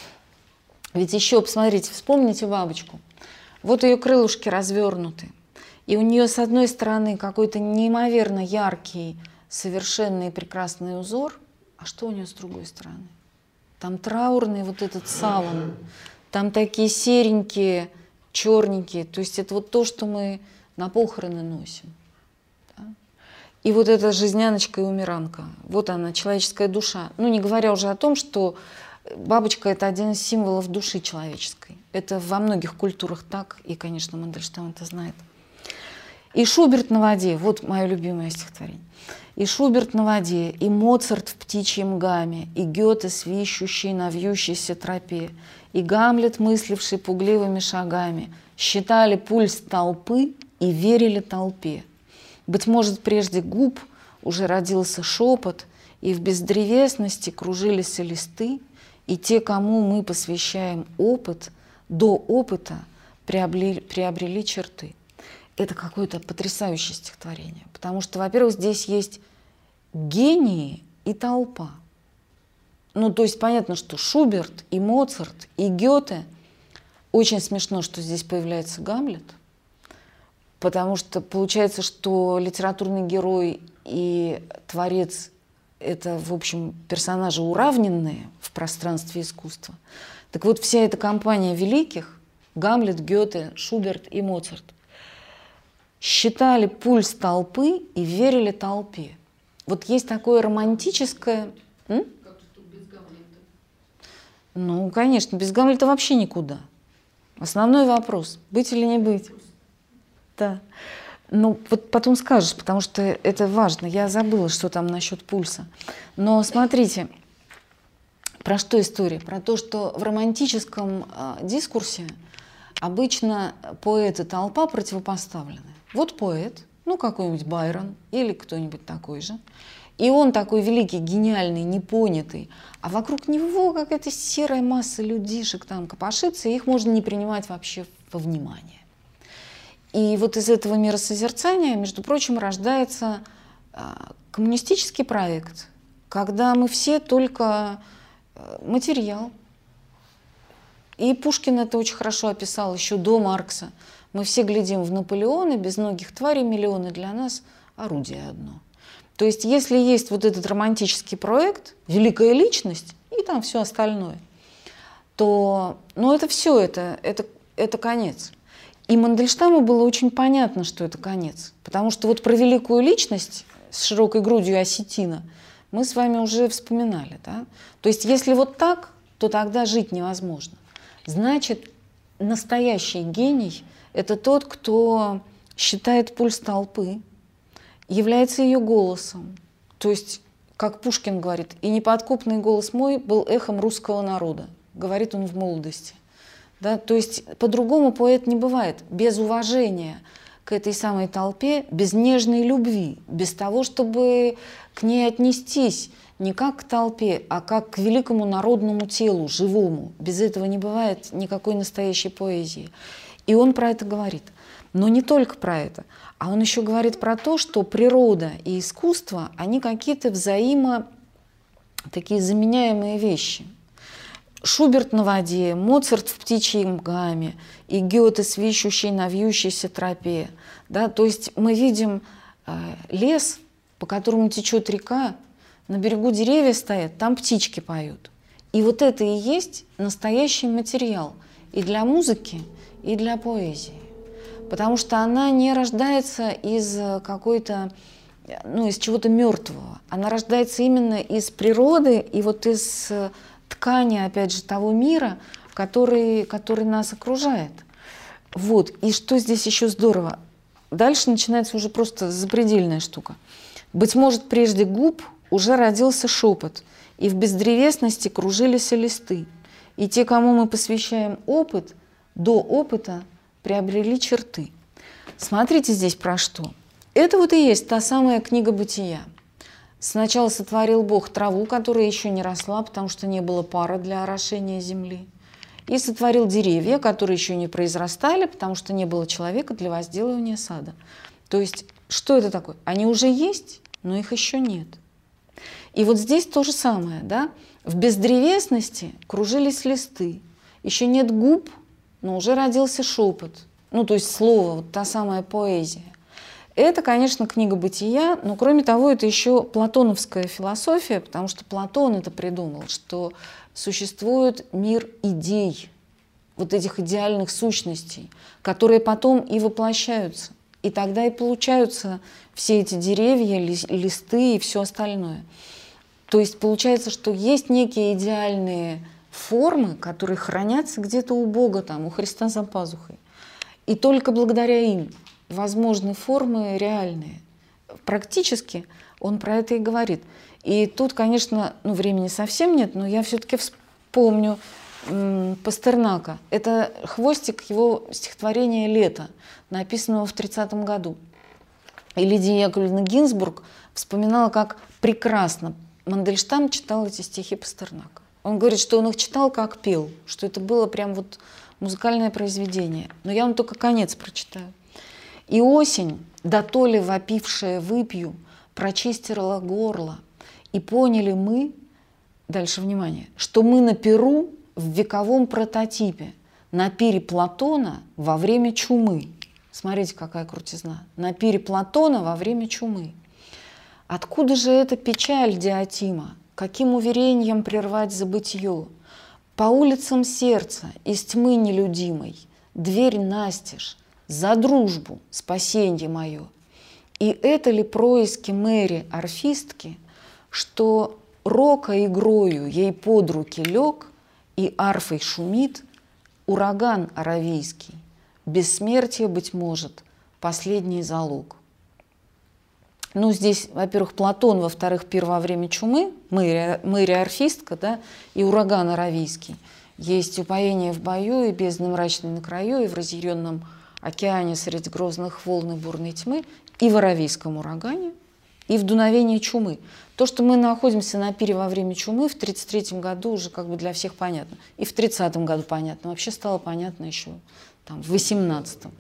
Ведь еще, посмотрите, вспомните бабочку. Вот ее крылышки развернуты. И у нее с одной стороны какой-то неимоверно яркий, совершенный прекрасный узор. А что у нее с другой стороны? Там траурный вот этот саван, там такие серенькие, черненькие. То есть это вот то, что мы на похороны носим. Да? И вот эта жизняночка и умиранка. Вот она, человеческая душа. Ну, не говоря уже о том, что бабочка – это один из символов души человеческой. Это во многих культурах так, и, конечно, Мандельштам это знает. И Шуберт на воде, вот мое любимое стихотворение. И Шуберт на воде, и Моцарт в птичьем гамме, и Гёте, свищущий на вьющейся тропе, и Гамлет, мысливший пугливыми шагами, считали пульс толпы и верили толпе. Быть может, прежде губ уже родился шепот, и в бездревесности кружились листы, и те, кому мы посвящаем опыт, до опыта приобрели, приобрели черты. Это какое-то потрясающее стихотворение, потому что, во-первых, здесь есть гении и толпа. Ну, то есть понятно, что Шуберт и Моцарт и Гёте. Очень смешно, что здесь появляется Гамлет, потому что получается, что литературный герой и творец – это, в общем, персонажи уравненные в пространстве искусства. Так вот, вся эта компания великих – Гамлет, Гёте, Шуберт и Моцарт – считали пульс толпы и верили толпе. Вот есть такое романтическое... М? Как тут без Гамлета? Ну, конечно, без Гамлета вообще никуда. Основной вопрос – быть или не быть. Да. Ну, вот потом скажешь, потому что это важно. Я забыла, что там насчет пульса. Но смотрите, про что история? Про то, что в романтическом э, дискурсе обычно поэт и толпа противопоставлены. Вот поэт, ну какой-нибудь Байрон или кто-нибудь такой же, и он такой великий, гениальный, непонятый, а вокруг него какая-то серая масса людишек там копошится, и их можно не принимать вообще во внимание. И вот из этого миросозерцания, между прочим, рождается а, коммунистический проект, когда мы все только а, материал. И Пушкин это очень хорошо описал еще до Маркса. Мы все глядим в Наполеона, безногих тварей миллионы, для нас орудие одно. То есть если есть вот этот романтический проект, великая личность и там все остальное, то ну, это все, это, это, это конец. И Мандельштаму было очень понятно, что это конец. Потому что вот про великую личность с широкой грудью осетина мы с вами уже вспоминали. Да? То есть если вот так, то тогда жить невозможно. Значит, настоящий гений – это тот, кто считает пульс толпы, является ее голосом. То есть, как Пушкин говорит, и неподкупный голос мой был эхом русского народа, говорит он в молодости. Да? То есть, по-другому поэт не бывает. Без уважения к этой самой толпе, без нежной любви, без того, чтобы к ней отнестись не как к толпе, а как к великому народному телу, живому. Без этого не бывает никакой настоящей поэзии. И он про это говорит. Но не только про это, а он еще говорит про то, что природа и искусство, они какие-то взаимо такие заменяемые вещи. Шуберт на воде, Моцарт в птичьем гамме и Гёте, свищущий на вьющейся тропе. Да? То есть мы видим э, лес, по которому течет река, на берегу деревья стоят, там птички поют. И вот это и есть настоящий материал. и для музыки, и для поэзии. Потому что она не рождается из какой-то, ну, из чего-то мертвого. Она рождается именно из природы и вот из ткани, опять же, того мира, который, который нас окружает. Вот. И что здесь еще здорово? Дальше начинается уже просто запредельная штука. «Быть может, прежде губ уже родился шепот, и в бездревесности кружились листы. И те, кому мы посвящаем опыт, до опыта приобрели черты». Смотрите здесь про что. Это вот и есть та самая книга бытия. Сначала сотворил Бог траву, которая еще не росла, потому что не было пара для орошения земли. И сотворил деревья, которые еще не произрастали, потому что не было человека для возделывания сада. То есть, что это такое? Они уже есть, но их еще нет. И вот здесь то же самое, да? В бездревесности кружились листы. Еще нет губ, но уже родился шепот. Ну, то есть слово, вот та самая поэзия. Это, конечно, книга бытия, но, кроме того, это еще платоновская философия, потому что Платон это придумал, что существует мир идей, вот этих идеальных сущностей, которые потом и воплощаются. И тогда и получаются все эти деревья, листы и все остальное. То есть получается, что есть некие идеальные формы, которые хранятся где-то у Бога, там, у Христа за пазухой. И только благодаря им возможны формы реальные. Практически он про это и говорит. И тут, конечно, ну, времени совсем нет, но я все-таки вспомню м, Пастернака. Это хвостик его стихотворения «Лето», написанного в тридцатом году. И Лидия Яковлевна Гинзбург вспоминала, как прекрасно Мандельштам читал эти стихи Пастернака. Он говорит, что он их читал, как пел, что это было прям вот музыкальное произведение. Но я вам только конец прочитаю. «И осень, дотоле вопившая выпью, прочистила горло, и поняли мы, дальше внимание, что мы на пиру в вековом прототипе, на пире Платона во время чумы». Смотрите, какая крутизна. На пире Платона во время чумы. Откуда же эта печаль Диотима? Каким уверением прервать забытье? По улицам сердца из тьмы нелюдимой дверь настежь, за дружбу спасенье мое. И это ли происки Мэри орфистки, что рока игрою ей под руки лег и арфой шумит ураган аравийский, бессмертие, быть может, последний залог. Ну, здесь, во-первых, Платон, во-вторых, пир во время чумы, Мэри, Мэри орфистка, да, и ураган аравийский. Есть упоение в бою и бездны мрачной на краю, и в разъяренном океане среди грозных волн и бурной тьмы, и в аравийском урагане, и в дуновении чумы. То, что мы находимся на пире во время чумы в тридцать третьем году, уже как бы для всех понятно. И в тридцатом году понятно. Вообще стало понятно еще там, в восемнадцатом.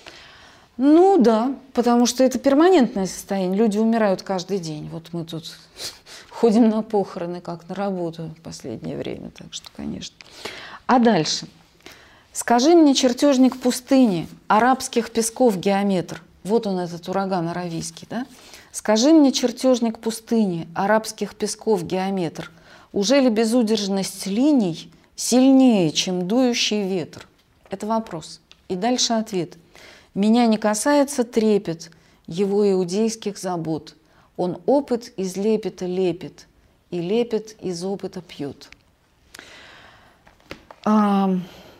Ну да, потому что это перманентное состояние. Люди умирают каждый день. Вот мы тут ходим на похороны, как на работу в последнее время. Так что, конечно. А дальше. «Скажи мне, чертежник пустыни, арабских песков геометр». Вот он, этот ураган аравийский, да? «Скажи мне, чертежник пустыни, арабских песков геометр, ужели безудержность линий сильнее, чем дующий ветер?» Это вопрос. И дальше ответ. «Меня не касается трепет его иудейских забот. Он опыт из лепета лепит, и лепет из опыта пьет». А...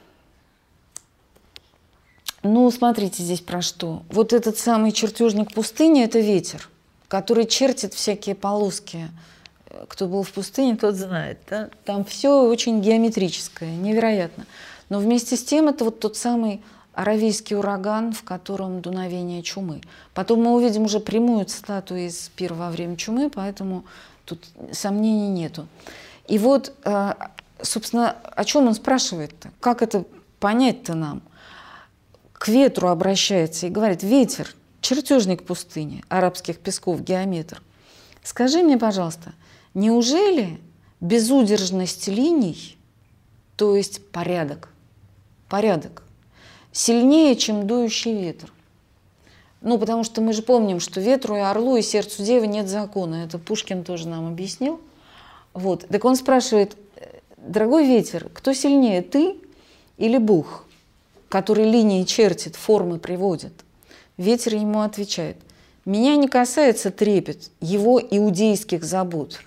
Ну, смотрите здесь про что. Вот этот самый чертежник пустыни – это ветер, который чертит всякие полоски. Кто был в пустыне, тот знает. Да? Там все очень геометрическое, невероятно. Но вместе с тем это вот тот самый аравийский ураган, в котором дуновение чумы. Потом мы увидим уже прямую цитату из «Пира во время чумы», поэтому тут сомнений нету. И вот, собственно, о чем он спрашивает-то? Как это понять-то нам? К ветру обращается и говорит: «Ветер, чертежник пустыни, арабских песков геометр, скажи мне, пожалуйста, неужели безудержность линий, то есть порядок, порядок, сильнее, чем дующий ветер?» Ну, потому что мы же помним, что ветру и орлу и сердцу девы нет закона. Это Пушкин тоже нам объяснил. Вот. Так он спрашивает: «Дорогой ветер, кто сильнее, ты или Бог, который линии чертит, формы приводит? Ветер ему отвечает: меня не касается трепет его иудейских забот.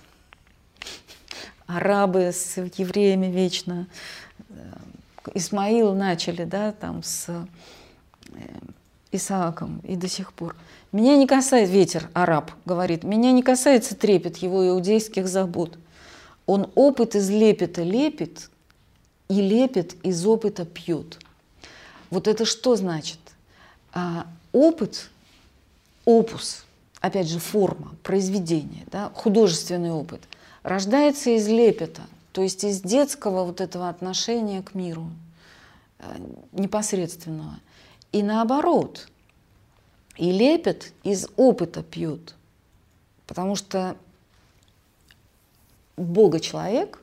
Арабы с евреями вечно, Исмаил начали, да, там с Исааком и до сих пор. Меня не касается, ветер, араб, говорит, меня не касается трепет его иудейских забот. Он опыт из лепета лепит и лепет из опыта пьет. Вот это что значит? А, опыт, опус, опять же форма, произведение, да, художественный опыт, рождается из лепета, то есть из детского вот этого отношения к миру, непосредственного. И наоборот, и лепет из опыта пьет, потому что Бога человек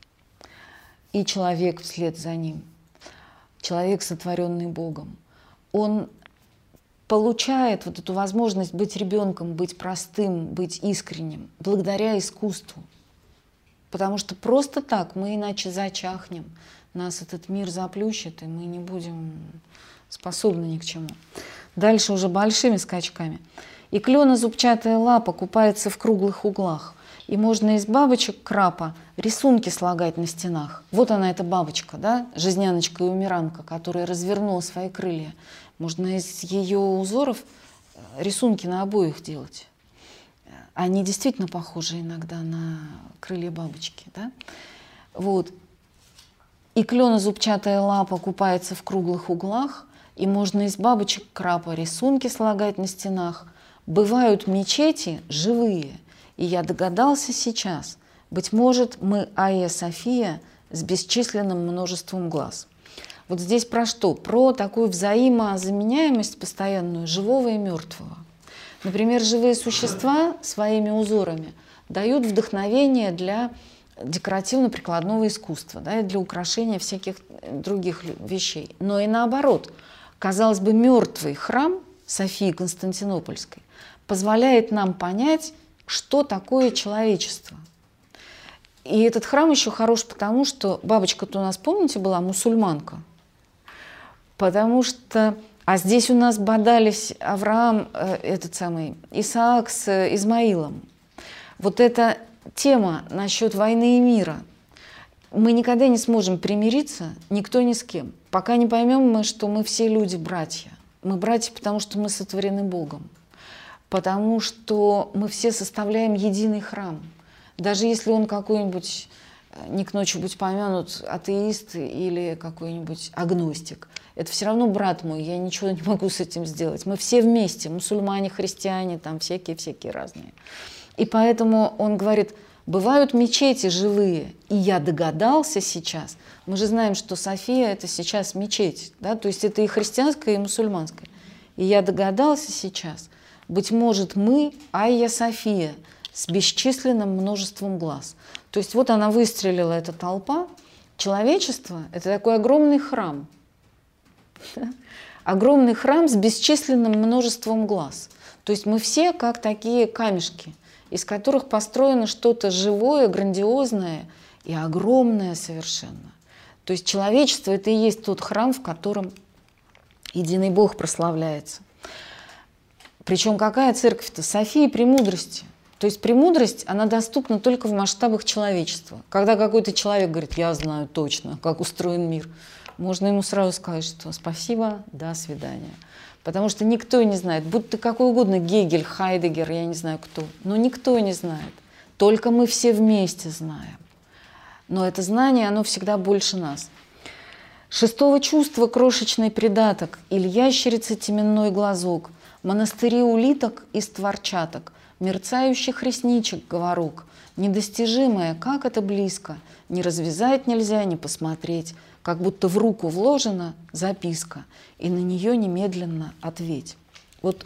и человек вслед за ним, человек, сотворенный Богом, он получает вот эту возможность быть ребенком, быть простым, быть искренним, благодаря искусству. Потому что просто так мы иначе зачахнем, нас этот мир заплющит, и мы не будем способны ни к чему. Дальше уже большими скачками. И клено-зубчатая лапа купается в круглых углах, и можно из бабочек крапа рисунки слагать на стенах. Вот она, эта бабочка, да, жизняночка и умиранка, которая развернула свои крылья. Можно из ее узоров рисунки на обоих делать. Они действительно похожи иногда на крылья бабочки, да? Вот. И клено-зубчатая лапа купается в круглых углах, и можно из бабочек крапа рисунки слагать на стенах. Бывают мечети живые, и я догадался сейчас, быть может, мы Айя София с бесчисленным множеством глаз. Вот здесь про что? Про такую взаимозаменяемость постоянную живого и мертвого. Например, живые существа своими узорами дают вдохновение для декоративно-прикладного искусства, да, и для украшения всяких других вещей. Но и наоборот, казалось бы, мертвый храм Софии Константинопольской позволяет нам понять, что такое человечество. И этот храм еще хорош потому, что бабочка-то у нас, помните, была мусульманка. Потому что... А здесь у нас бодались Авраам, этот самый, Исаак с Измаилом. Вот эта тема насчет войны и мира. Мы никогда не сможем примириться, никто ни с кем, пока не поймем мы, что мы все люди-братья. Мы братья, потому что мы сотворены Богом, потому что мы все составляем единый храм. Даже если он какой-нибудь, не к ночи будь помянут, атеист или какой-нибудь агностик, это все равно брат мой, я ничего не могу с этим сделать. Мы все вместе, мусульмане, христиане, там всякие-всякие разные. И поэтому он говорит, бывают мечети живые, и я догадался сейчас. Мы же знаем, что София – это сейчас мечеть, да? То есть это и христианская, и мусульманская. И я догадался сейчас, быть может, мы Айя София с бесчисленным множеством глаз. То есть вот она выстрелила, эта толпа. Человечество – это такой огромный храм. Огромный храм с бесчисленным множеством глаз. То есть мы все как такие камешки, из которых построено что-то живое, грандиозное и огромное совершенно. То есть человечество – это и есть тот храм, в котором единый Бог прославляется. Причем какая церковь-то? София премудрости. То есть премудрость, она доступна только в масштабах человечества. Когда какой-то человек говорит, я знаю точно, как устроен мир, можно ему сразу сказать, что спасибо, до свидания. Потому что никто не знает, будь ты какой угодно Гегель, Хайдеггер, я не знаю кто, но никто не знает. Только мы все вместе знаем. Но это знание, оно всегда больше нас. Шестого чувства крошечный придаток, или ящерица теменной глазок, монастыри улиток и створчаток, мерцающих ресничек говорок, недостижимое, как это близко, не развязать нельзя, не посмотреть, как будто в руку вложена записка, и на нее немедленно ответь. Вот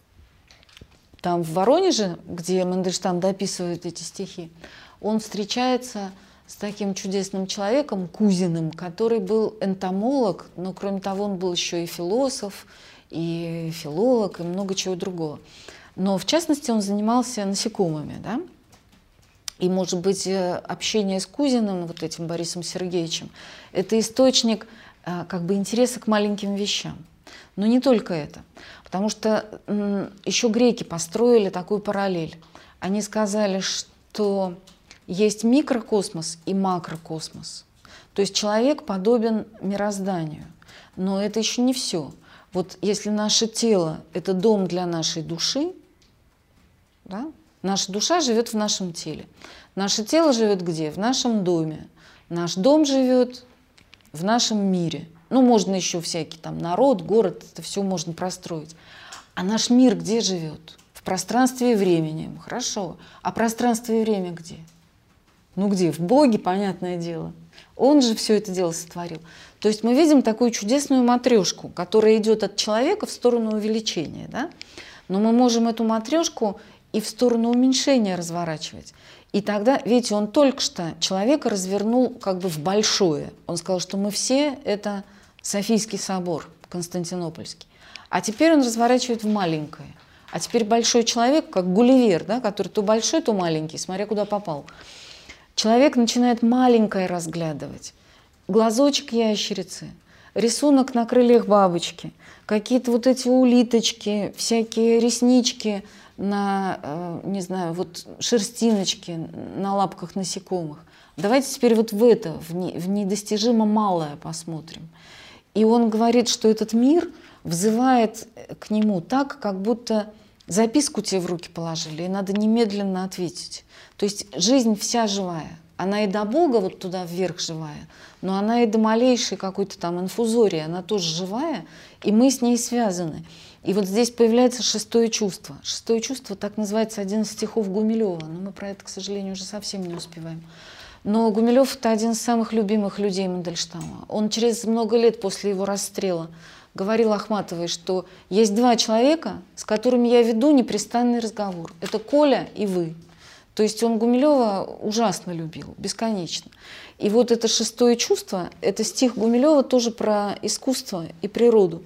там в Воронеже, где Мандельштам дописывает эти стихи, он встречается с таким чудесным человеком, Кузиным, который был энтомолог, но кроме того он был еще и философ, и филолог, и много чего другого. Но в частности он занимался насекомыми, да? И, может быть, общение с Кузиным, вот этим Борисом Сергеевичем, это источник как бы интереса к маленьким вещам. Но не только это. Потому что еще греки построили такую параллель. Они сказали, что есть микрокосмос и макрокосмос. То есть человек подобен мирозданию. Но это еще не все. Вот если наше тело – это дом для нашей души, да? Наша душа живет в нашем теле. Наше тело живет где? В нашем доме. Наш дом живет в нашем мире. Ну, можно еще всякий там народ, город, это все можно простроить. А наш мир где живет? В пространстве и времени. Хорошо. А пространство и время где? Ну где? В Боге, понятное дело. Он же все это дело сотворил. То есть мы видим такую чудесную матрешку, которая идет от человека в сторону увеличения. Да? Но мы можем эту матрешку и в сторону уменьшения разворачивать. И тогда, видите, он только что человека развернул как бы в большое. Он сказал, что мы все – это Софийский собор Константинопольский. А теперь он разворачивает в маленькое. А теперь большой человек, как Гулливер, да, который то большой, то маленький, смотря куда попал. Человек начинает маленькое разглядывать. Глазочек ящерицы, рисунок на крыльях бабочки, какие-то вот эти улиточки, всякие реснички на, не знаю, вот шерстиночки на лапках насекомых. Давайте теперь вот в это, в, не, в недостижимо малое посмотрим. И он говорит, что этот мир взывает к нему так, как будто записку тебе в руки положили, и надо немедленно ответить. То есть жизнь вся живая. Она и до Бога вот туда вверх живая, но она и до малейшей какой-то там инфузории, она тоже живая, и мы с ней связаны. И вот здесь появляется шестое чувство. Шестое чувство, так называется один из стихов Гумилева, но мы про это, к сожалению, уже совсем не успеваем. Но Гумилев – это один из самых любимых людей Мандельштама. Он через много лет после его расстрела говорил Ахматовой, что есть два человека, с которыми я веду непрестанный разговор. Это Коля и вы. То есть он Гумилева ужасно любил, бесконечно. И вот это шестое чувство, это стих Гумилева тоже про искусство и природу.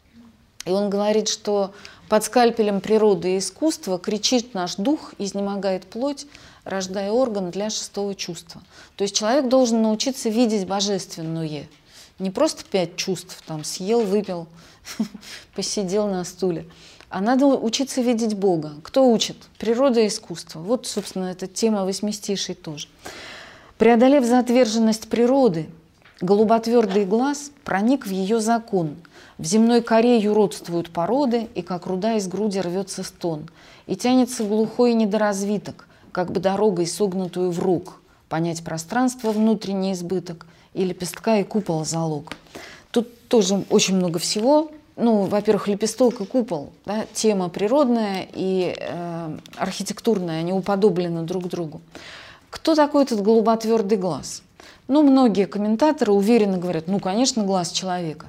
И он говорит, что под скальпелем природы и искусства кричит наш дух, изнемогает плоть, рождая орган для шестого чувства. То есть человек должен научиться видеть божественное. Не просто пять чувств, там, съел, выпил, посидел на стуле. А надо учиться видеть Бога. Кто учит? Природа и искусство. Вот, собственно, эта тема восьмистишей тоже. Преодолев заотверженность природы, голуботвердый глаз проник в ее закон. В земной коре юродствуют породы, и как руда из груди рвется стон. И тянется глухой недоразвиток, как бы дорогой согнутую в рук, понять пространство внутренний избыток, и лепестка и купол залог. Тут тоже очень много всего. Ну, во-первых, лепесток и купол, да, тема природная и э, архитектурная, они уподоблены друг другу. Кто такой этот голуботвердый глаз? Ну, многие комментаторы уверенно говорят, ну, конечно, глаз человека.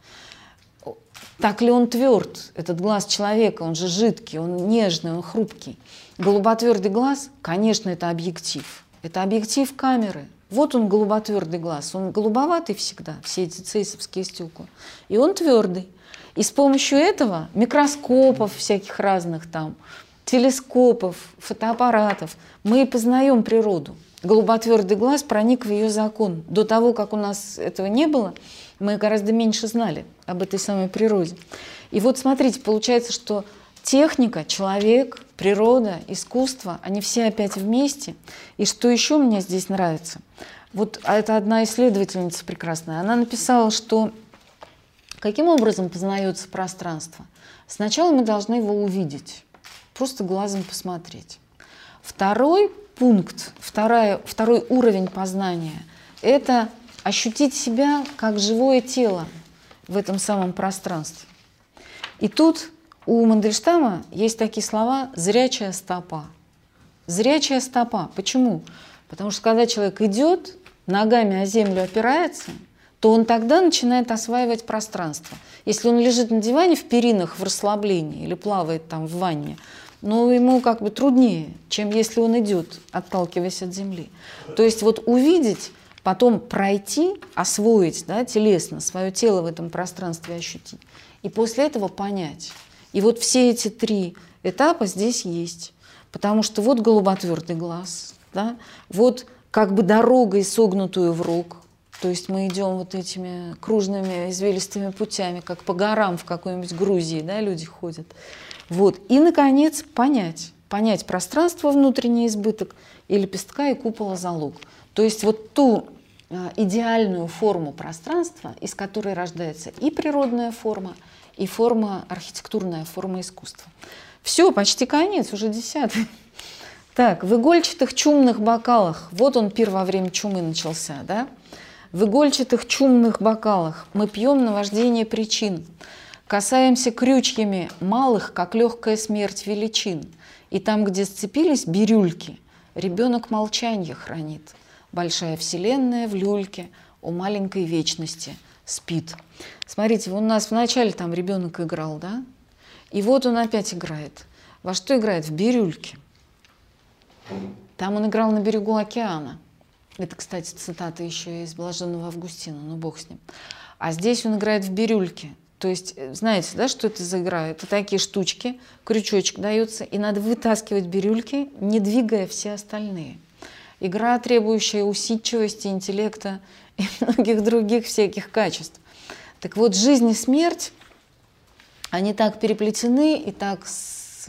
Так ли он тверд, этот глаз человека? Он же жидкий, он нежный, он хрупкий. Голуботвердый глаз, конечно, это объектив. Это объектив камеры. Вот он, голуботвердый глаз. Он голубоватый всегда, все эти цейсовские стекла. И он твердый. И с помощью этого микроскопов всяких разных там, телескопов, фотоаппаратов мы и познаем природу. Голуботвердый глаз проник в ее закон. До того, как у нас этого не было, мы гораздо меньше знали об этой самой природе. И вот смотрите, получается, что техника, человек, природа, искусство, они все опять вместе. И что еще мне здесь нравится? Вот это одна исследовательница прекрасная. Она написала, что каким образом познается пространство? Сначала мы должны его увидеть, просто глазом посмотреть. Второй пункт, вторая, второй уровень познания – это ощутить себя как живое тело в этом самом пространстве. И тут у Мандельштама есть такие слова «зрячая стопа». Зрячая стопа. Почему? Потому что когда человек идет, ногами о землю опирается, то он тогда начинает осваивать пространство. Если он лежит на диване в перинах в расслаблении или плавает там в ванне, но ему как бы труднее, чем если он идет, отталкиваясь от земли. То есть вот увидеть, потом пройти, освоить, да, телесно свое тело в этом пространстве ощутить, и после этого понять. И вот все эти три этапа здесь есть. Потому что вот голуботвердый глаз, да, вот как бы дорогой согнутую в рог, То есть мы идем вот этими кружными извилистыми путями, как по горам в какой-нибудь Грузии, да, люди ходят. Вот. И, наконец, понять. Понять пространство, внутренний избыток, и лепестка, и купола залог. То есть вот ту э, идеальную форму пространства, из которой рождается и природная форма, и форма архитектурная, форма искусства. Все, почти конец, уже десятый. Так, в игольчатых чумных бокалах, вот он пир во время чумы начался, да? В игольчатых чумных бокалах мы пьем наваждение причин, касаемся крючьями малых, как легкая смерть, величин. И там, где сцепились бирюльки, ребенок молчанье хранит. Большая вселенная в люльке у маленькой вечности спит. Смотрите, у нас вначале там ребенок играл, да? И вот он опять играет. Во что играет? В бирюльке. Там он играл на берегу океана. Это, кстати, цитата еще из Блаженного Августина, но бог с ним. А здесь он играет в бирюльке. То есть, знаете, да, что это за игра? Это такие штучки, крючочек дается, и надо вытаскивать бирюльки, не двигая все остальные. Игра, требующая усидчивости, интеллекта и многих других всяких качеств. Так вот, жизнь и смерть, они так переплетены и так с,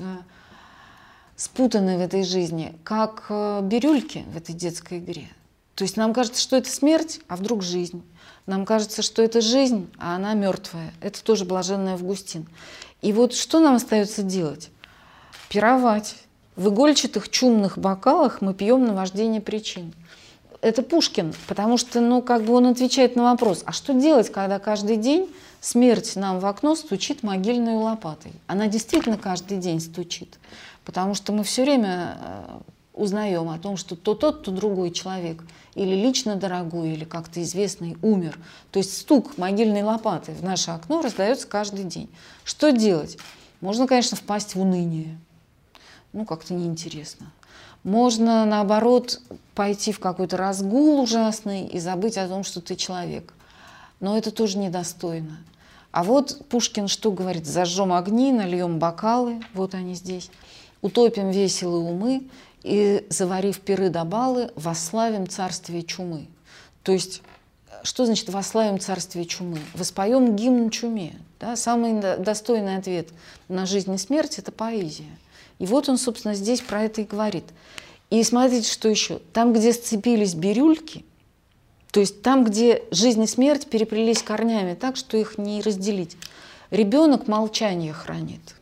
спутаны в этой жизни, как бирюльки в этой детской игре. То есть нам кажется, что это смерть, а вдруг жизнь. Нам кажется, что это жизнь, а она мертвая. Это тоже Блаженный Августин. И вот что нам остается делать? Пировать. В игольчатых чумных бокалах мы пьем наваждение причин. Это Пушкин, потому что, ну, как бы он отвечает на вопрос, а что делать, когда каждый день смерть нам в окно стучит могильной лопатой? Она действительно каждый день стучит, потому что мы все время узнаем о том, что то тот, то другой человек, или лично дорогой, или как-то известный, умер. То есть стук могильной лопаты в наше окно раздается каждый день. Что делать? Можно, конечно, впасть в уныние. Ну, как-то неинтересно. Можно, наоборот, пойти в какой-то разгул ужасный и забыть о том, что ты человек. Но это тоже недостойно. А вот Пушкин что говорит? Зажжем огни, нальем бокалы, вот они здесь, утопим веселые умы, и, заварив пиры да балы, восславим царствие чумы. То есть, что значит восславим царствие чумы? Воспоем гимн чуме. Да? Самый достойный ответ на жизнь и смерть – это поэзия. И вот он, собственно, здесь про это и говорит. И смотрите, что еще. Там, где сцепились бирюльки, то есть там, где жизнь и смерть переплелись корнями так, что их не разделить, ребенок молчание хранит.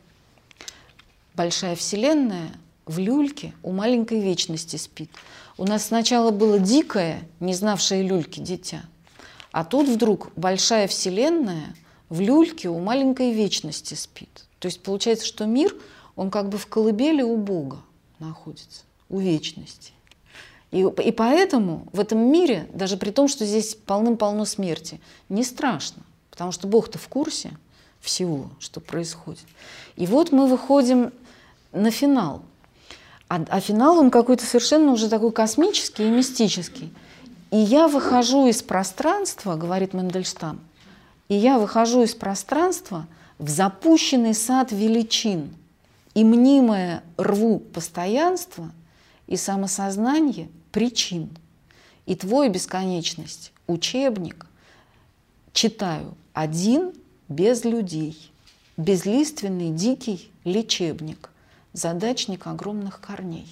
Большая вселенная в люльке у маленькой вечности спит. У нас сначала было дикое, не знавшее люльки дитя, а тут вдруг большая вселенная в люльке у маленькой вечности спит. То есть получается, что мир, он как бы в колыбели у Бога находится, у вечности. И, и поэтому в этом мире, даже при том, что здесь полным-полно смерти, не страшно, потому что Бог-то в курсе всего, что происходит. И вот мы выходим на финал. А, а финал он какой-то совершенно уже такой космический и мистический. И я выхожу из пространства, говорит Мандельштам, и я выхожу из пространства в запущенный сад величин, и мнимое рву постоянство и самосознание причин. И твой бесконечность, учебник, читаю один без людей, безлиственный дикий лечебник, задачник огромных корней.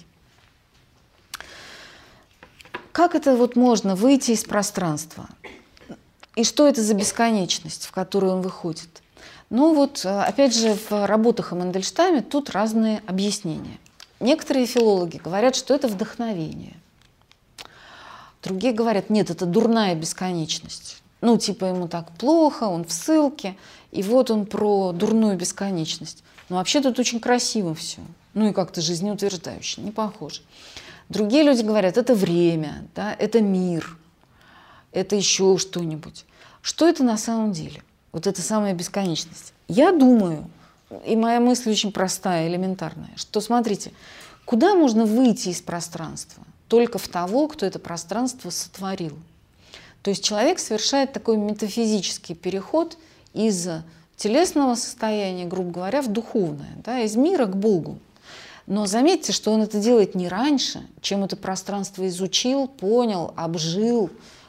Как это вот можно выйти из пространства? И что это за бесконечность, в которую он выходит? Ну вот, опять же, в работах о Мандельштаме тут разные объяснения. Некоторые филологи говорят, что это вдохновение. Другие говорят, нет, это дурная бесконечность. Ну, типа ему так плохо, он в ссылке, и вот он про дурную бесконечность. Но вообще тут очень красиво все. Ну и как-то жизнеутверждающе, не похоже. Другие люди говорят, это время, да, это мир, это еще что-нибудь. Что это на самом деле? Вот эта самая бесконечность. Я думаю, и моя мысль очень простая, элементарная, что, смотрите, куда можно выйти из пространства? Только в того, кто это пространство сотворил. То есть человек совершает такой метафизический переход из телесного состояния, грубо говоря, в духовное, да, из мира к Богу. Но заметьте, что он это делает не раньше, чем это пространство изучил, понял, обжил,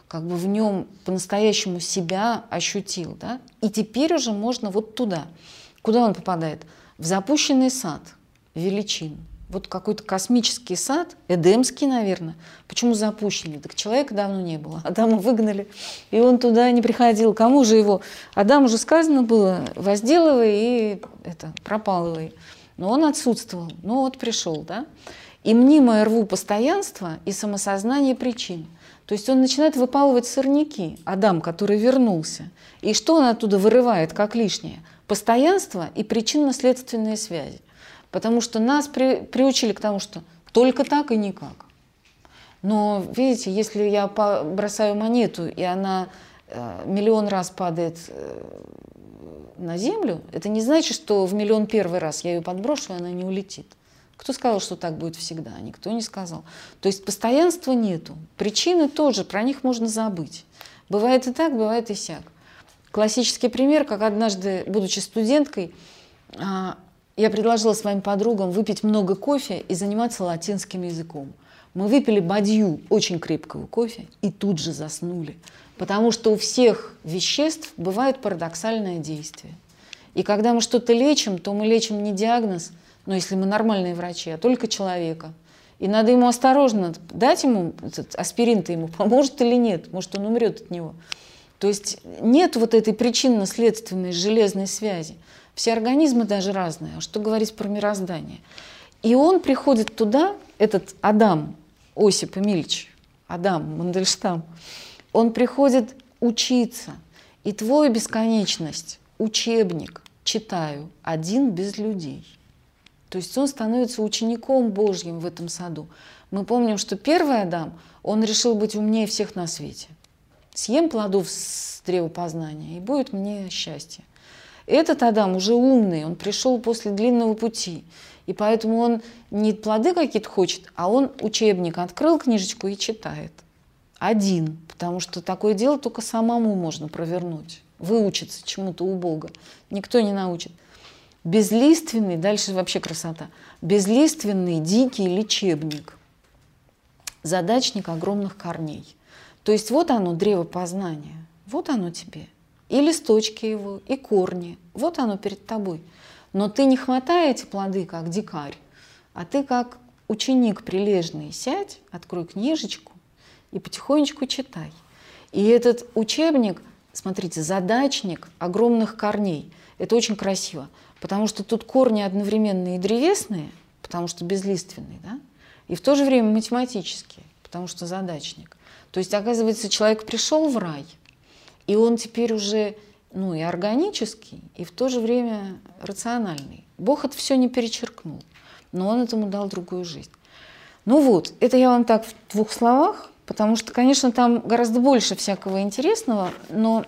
как бы в нем по-настоящему себя ощутил, да? И теперь уже можно вот туда. Куда он попадает? В запущенный сад величин. Вот какой-то космический сад, эдемский, наверное. Почему запущенный? Так человека давно не было. Адама выгнали, и он туда не приходил. Кому же его? Адаму уже сказано было, возделывай и это, пропалывай. Но он отсутствовал. Ну вот пришел, да? И мнимое рву постоянство и самосознание причин. То есть он начинает выпалывать сорняки, Адам, который вернулся. И что он оттуда вырывает, как лишнее? Постоянство и причинно-следственные связи. Потому что нас при, приучили к тому, что только так и никак. Но, видите, если я бросаю монету, и она э, миллион раз падает э, на землю, это не значит, что в миллион первый раз я ее подброшу, и она не улетит. Кто сказал, что так будет всегда? Никто не сказал. То есть постоянства нету. Причины тоже, про них можно забыть. Бывает и так, бывает и сяк. Классический пример, как однажды, будучи студенткой, я предложила своим подругам выпить много кофе и заниматься латинским языком. Мы выпили бадью очень крепкого кофе и тут же заснули. Потому что у всех веществ бывает парадоксальное действие. И когда мы что-то лечим, то мы лечим не диагноз, но если мы нормальные врачи, а только человека. И надо ему осторожно дать ему, этот аспирин-то ему поможет или нет, может он умрет от него. То есть нет вот этой причинно-следственной железной связи. Все организмы даже разные, а что говорить про мироздание. И он приходит туда, этот Адам, Осип Эмильевич, Адам Мандельштам, он приходит учиться. И твою бесконечность, учебник, читаю, один без людей. То есть он становится учеником Божьим в этом саду. Мы помним, что первый Адам, он решил быть умнее всех на свете. Съем плодов с древа познания, и будет мне счастье. Этот Адам уже умный, он пришел после длинного пути. И поэтому он не плоды какие-то хочет, а он учебник открыл, книжечку и читает. Один. Потому что такое дело только самому можно провернуть. Выучиться чему-то у Бога. Никто не научит. Безлиственный, дальше вообще красота, безлиственный дикий лечебник. Задачник огромных корней. То есть вот оно, древо познания. Вот оно тебе. И листочки его, и корни. Вот оно перед тобой. Но ты не хватай эти плоды, как дикарь, а ты как ученик прилежный. Сядь, открой книжечку и потихонечку читай. И этот учебник, смотрите, задачник огромных корней. Это очень красиво, потому что тут корни одновременно и древесные, потому что безлиственные, да? И в то же время математические, потому что задачник. То есть, оказывается, человек пришел в рай, и он теперь уже, ну, и органический, и в то же время рациональный. Бог это все не перечеркнул, но он этому дал другую жизнь. Ну вот, это я вам так в двух словах, потому что, конечно, там гораздо больше всякого интересного, но,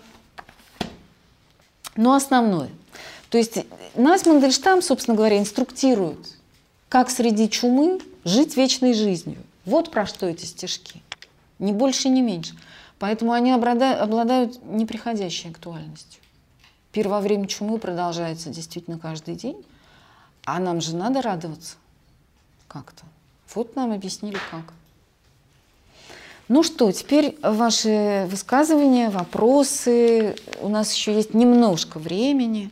но основное. То есть нас Мандельштам, собственно говоря, инструктирует, как среди чумы жить вечной жизнью. Вот про что эти стишки. Ни больше, ни меньше. Поэтому они обладают неприходящей актуальностью. Пир во время чумы продолжается действительно каждый день, а нам же надо радоваться как-то. Вот нам объяснили как. Ну что, теперь ваши высказывания, вопросы. У нас еще есть немножко времени.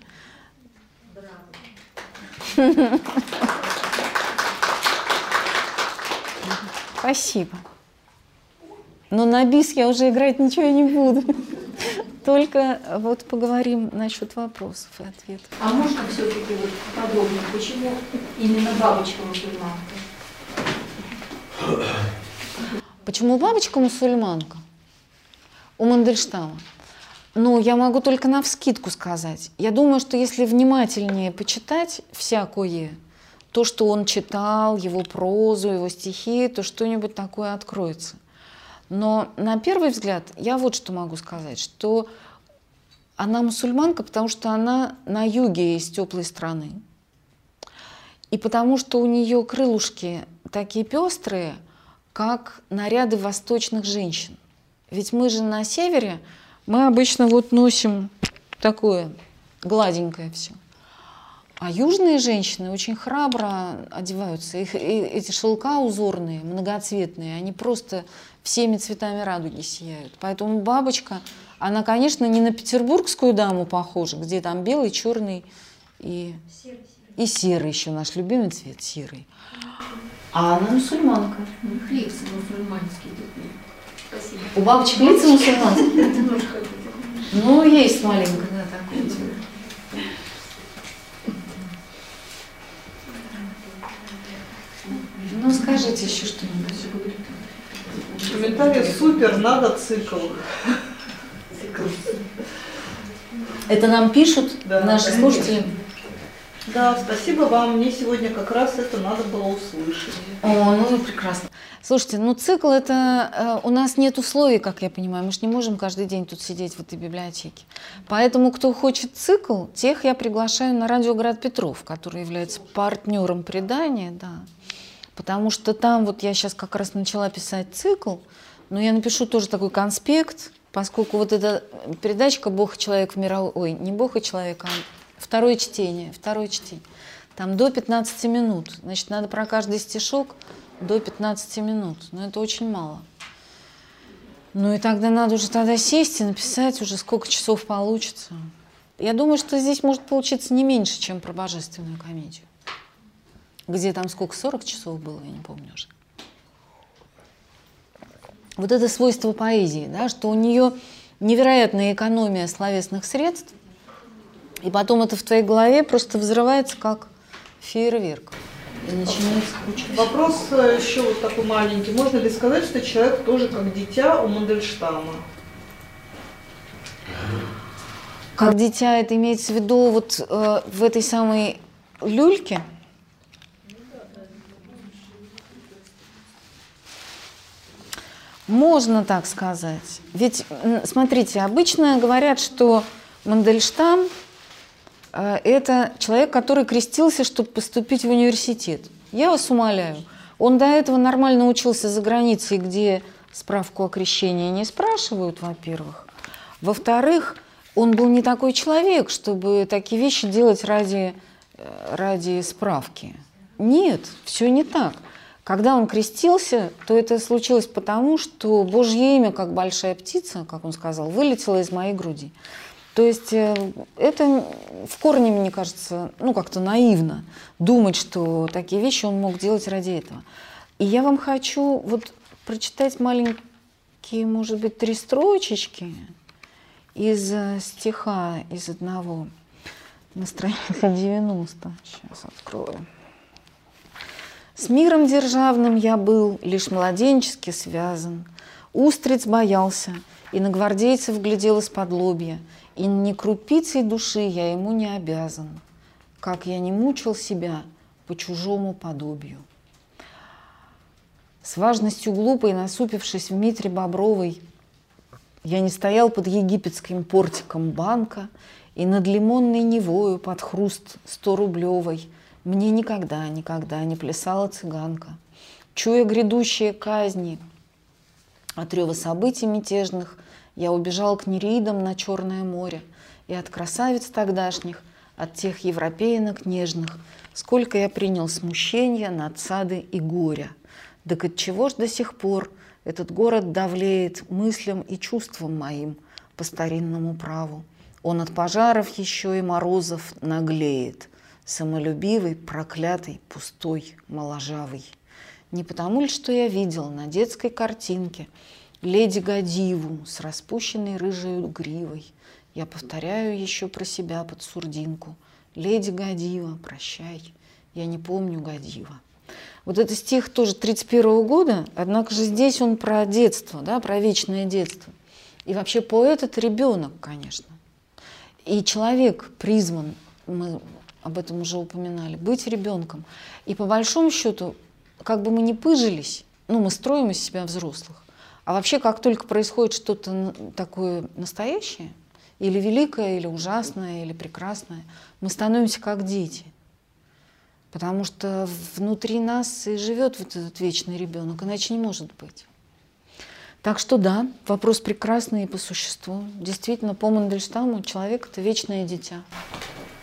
Спасибо. Но на бис я уже играть ничего не буду. Только вот поговорим насчет вопросов и ответов. А можно все-таки вот подробнее, почему именно бабочка-мусульманка? Почему бабочка-мусульманка? У Мандельштама. Ну, я могу только навскидку сказать. Я думаю, что если внимательнее почитать всякое, то, что он читал, его прозу, его стихи, то что-нибудь такое откроется. Но на первый взгляд я вот что могу сказать, что она мусульманка, потому что она на юге из теплой страны. И потому что у нее крылышки такие пестрые, как наряды восточных женщин. Ведь мы же на севере, мы обычно вот носим такое гладенькое все. А южные женщины очень храбро одеваются. Их, и, эти шелка узорные, многоцветные, они просто всеми цветами радуги сияют. Поэтому бабочка, она, конечно, не на петербургскую даму похожа, где там белый, черный и серый, серый. И серый еще, наш любимый цвет, серый. А она мусульманка. Лица мусульманские. Спасибо. У бабочек лица мусульманские? Ну, есть маленько, да, такое. Ну, скажите еще что-нибудь. Комментарий супер, надо цикл. Это нам пишут, да, наши конечно. Слушатели? Да, спасибо вам. Мне сегодня как раз это надо было услышать. О, ну прекрасно. Слушайте, ну цикл это... Э, у нас нет условий, как я понимаю. Мы же не можем каждый день тут сидеть в этой библиотеке. Поэтому, кто хочет цикл, тех я приглашаю на радио Град Петров, который является партнером предания, да. Потому что там вот я сейчас как раз начала писать цикл, но я напишу тоже такой конспект, поскольку вот эта передачка «Бог и человек в мировой...» Ой, не «Бог и человек», а второе чтение, второе чтение. Там до пятнадцати минут. Значит, надо про каждый стишок до пятнадцати минут. Но это очень мало. Ну и тогда надо уже тогда сесть и написать уже сколько часов получится. Я думаю, что здесь может получиться не меньше, чем про божественную комедию. Где там сколько, сорок часов было, я не помню уже. Вот это свойство поэзии, да, что у нее невероятная экономия словесных средств, и потом это в твоей голове просто взрывается как фейерверк. И начинается куча. Вопрос еще вот такой маленький. Можно ли сказать, что человек тоже как дитя у Мандельштама? Как дитя, это имеется в виду вот э, в этой самой люльке? Можно так сказать. Ведь, смотрите, обычно говорят, что Мандельштам э, – это человек, который крестился, чтобы поступить в университет. Я вас умоляю, он до этого нормально учился за границей, где справку о крещении не спрашивают, во-первых. Во-вторых, он был не такой человек, чтобы такие вещи делать ради, ради справки. Нет, все не так. Когда он крестился, то это случилось потому, что Божье имя, как большая птица, как он сказал, вылетело из моей груди. То есть это в корне, мне кажется, ну как-то наивно думать, что такие вещи он мог делать ради этого. И я вам хочу вот прочитать маленькие, может быть, три строчечки из стиха, из одного, на странице девяносто. Сейчас открою. С миром державным я был лишь младенчески связан, устриц боялся, и на гвардейцев глядел из-под лобья, и ни крупицей души я ему не обязан, как я не мучил себя по чужому подобию. С важностью глупой, насупившись в митре бобровой, я не стоял под египетским портиком банка, и над лимонной Невою под хруст сторублевой мне никогда, никогда не плясала цыганка. Чуя грядущие казни, от рева событий мятежных, я убежал к нереидам на Черное море, и от красавиц тогдашних, от тех европеянок нежных, сколько я принял смущения, надсады и горя. Так отчего ж до сих пор этот город давлеет мыслям и чувствам моим по старинному праву? Он от пожаров еще и морозов наглеет, самолюбивый, проклятый, пустой, моложавый. Не потому ли, что я видел на детской картинке леди Годиву с распущенной рыжей гривой? Я повторяю еще про себя под сурдинку. Леди Годива, прощай, я не помню Годива. Вот этот стих тоже тридцать первого года, однако же здесь он про детство, да, про вечное детство. И вообще поэт – это ребенок, конечно. И человек призван, мы об этом уже упоминали, быть ребенком. И по большому счету, как бы мы ни пыжились, ну, мы строим из себя взрослых. А вообще, как только происходит что-то такое настоящее, или великое, или ужасное, или прекрасное, мы становимся как дети. Потому что внутри нас и живет вот этот вечный ребенок, иначе не может быть. Так что да, вопрос прекрасный и по существу. Действительно, по Мандельштаму человек – это вечное дитя.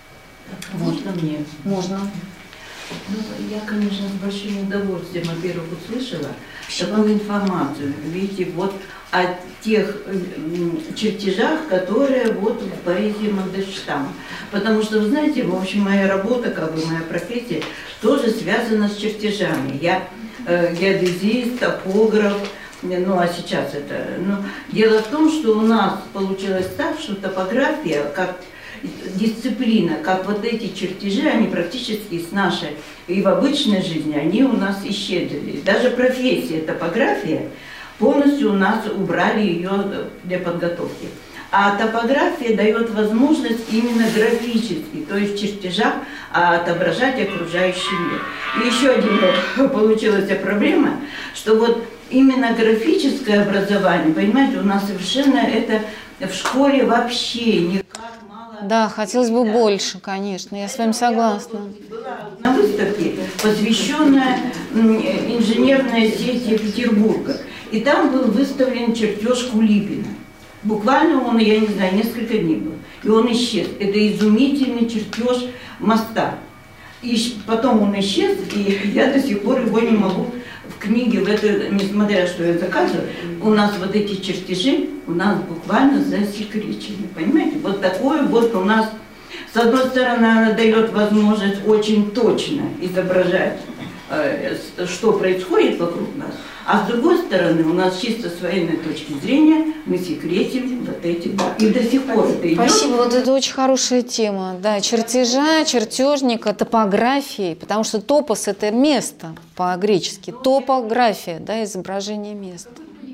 Вот. Можно мне? Можно. Ну, я, конечно, с большим удовольствием, во-первых, услышала такую информацию. Видите, вот о тех чертежах, которые вот в поэзии Мандельштама. Потому что, вы знаете, в общем, моя работа, как бы моя профессия, тоже связана с чертежами. Я э, геодезист, топограф, ну а сейчас это... Ну, дело в том, что у нас получилось так, что топография, как дисциплина, как вот эти чертежи, они практически с нашей и в обычной жизни, они у нас исчезли. Даже профессия топография, полностью у нас убрали ее для подготовки. А топография дает возможность именно графически, то есть в чертежах отображать окружающий мир. И еще один получилась проблема, что вот именно графическое образование, понимаете, у нас совершенно это в школе вообще никак мало. Да, хотелось бы да. больше, конечно, я с вами согласна. Была на выставке, посвященная инженерной сети Петербурга. И там был выставлен чертеж Кулибина. Буквально он, я не знаю, несколько дней был. И он исчез. Это изумительный чертеж моста. И потом он исчез, и я до сих пор его не могу в книге, в это, несмотря что я заказываю, у нас вот эти чертежи у нас буквально засекречены. Понимаете? Вот такое вот у нас, с одной стороны, она дает возможность очень точно изображать, что происходит вокруг нас, а с другой стороны, у нас чисто с военной точки зрения мы секретим вот эти, да, и до сих пор это идет. Спасибо, вот это очень хорошая тема, да, чертежа, чертежника, топографии, потому что топос – это место по-гречески, топография, да, изображение места.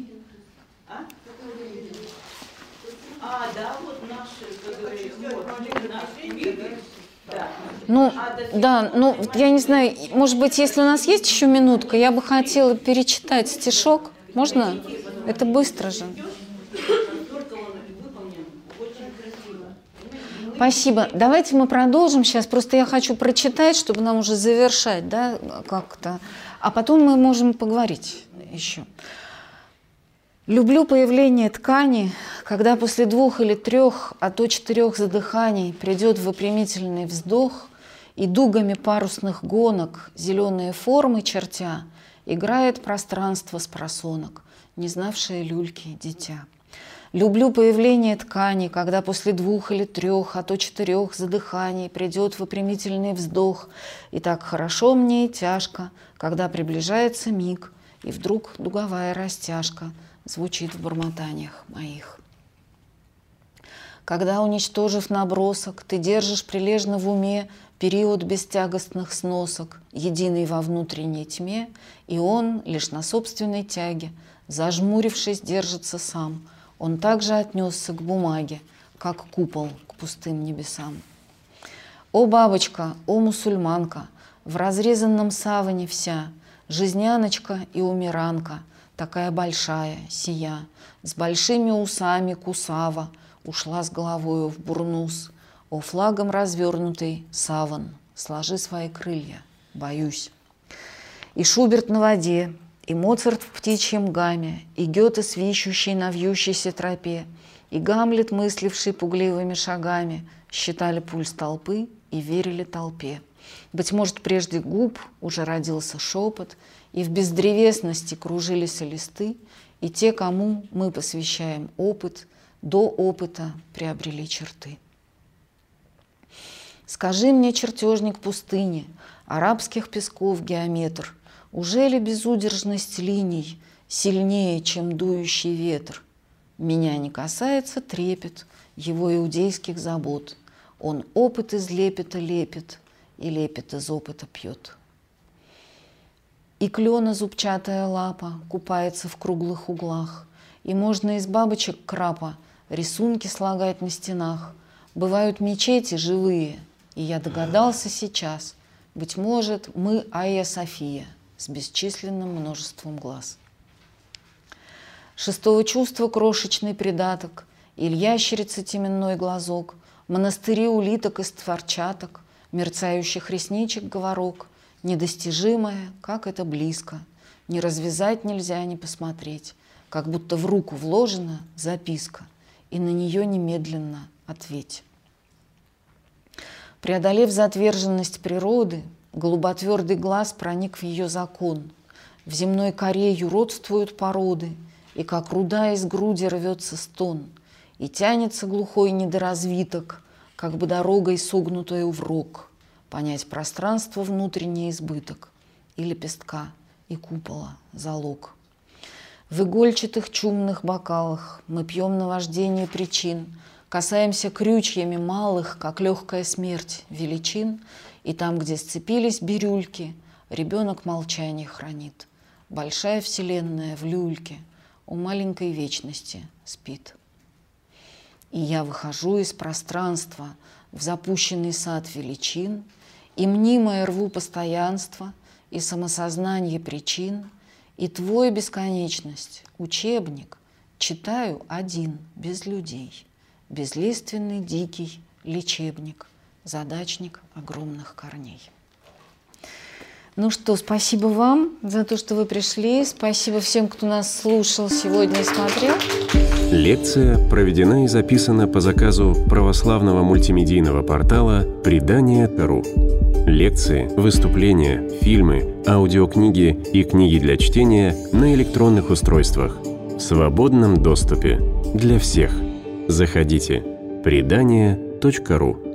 А, да, вот наши, как говорится, вот, наши, да. Ну, да, ну, я не знаю, может быть, если у нас есть еще минутка, я бы хотела перечитать стишок. Можно? Это быстро же. Спасибо. Давайте мы продолжим сейчас. Просто я хочу прочитать, чтобы нам уже завершать, да, как-то. А потом мы можем поговорить еще. Люблю появление ткани, когда после двух или трех, а то четырех задыханий придет выпрямительный вздох, и дугами парусных гонок, зеленые формы чертя, играет пространство с просонок, не знавшее люльки дитя. Люблю появление ткани, когда после двух или трех, а то четырех задыханий придет выпрямительный вздох, и так хорошо мне и тяжко, когда приближается миг, и вдруг дуговая растяжка звучит в бормотаниях моих. Когда, уничтожив набросок, ты держишь прилежно в уме период бестягостных сносок, единый во внутренней тьме, и он, лишь на собственной тяге, зажмурившись, держится сам. Он также отнесся к бумаге, как купол к пустым небесам. О, бабочка, о, мусульманка, в разрезанном саване вся, жизняночка и умиранка, такая большая, сия, с большими усами кусава, ушла с головою в бурнус. О, флагом развернутый саван, сложи свои крылья, боюсь. И Шуберт на воде, и Моцарт в птичьем гамме, и Гёте, свищущий на вьющейся тропе, и Гамлет, мысливший пугливыми шагами, считали пульс толпы и верили толпе. Быть может, прежде губ уже родился шепот, и в бездревесности кружились листы, и те, кому мы посвящаем опыт, до опыта приобрели черты. Скажи мне, чертежник пустыни, арабских песков геометр, ужели безудержность линий сильнее, чем дующий ветер? Меня не касается трепет его иудейских забот. Он опыт из лепета лепит и лепет из опыта пьет. И клена зубчатая лапа купается в круглых углах, и можно из бабочек крапа рисунки слагать на стенах. Бывают мечети живые, и я догадался сейчас, быть может, мы Айя София с бесчисленным множеством глаз. Шестого чувства крошечный придаток, или ящерица теменной глазок, монастыри улиток из творчаток, мерцающих ресничек говорок, недостижимое, как это близко, не развязать нельзя, не посмотреть, как будто в руку вложена записка, и на нее немедленно ответь. Преодолев затверженность природы, голуботвердый глаз проник в ее закон. В земной коре юродствуют породы, и как руда из груди рвется стон, и тянется глухой недоразвиток, как бы дорогой согнутая в рог, понять пространство внутренний избыток, и лепестка, и купола залог. В игольчатых чумных бокалах мы пьем наваждение причин, касаемся крючьями малых, как легкая смерть, величин, и там, где сцепились бирюльки, ребенок молчание хранит. Большая вселенная в люльке у маленькой вечности спит. И я выхожу из пространства в запущенный сад величин, и мнимое рву постоянство и самосознание причин, и твой бесконечность, учебник, читаю один, без людей, безлиственный дикий лечебник, задачник огромных корней. Ну что, спасибо вам за то, что вы пришли. Спасибо всем, кто нас слушал сегодня и смотрел. Лекция проведена и записана по заказу православного мультимедийного портала предания точка ру. Лекции, выступления, фильмы, аудиокниги и книги для чтения на электронных устройствах в свободном доступе для всех. Заходите предания точка ру.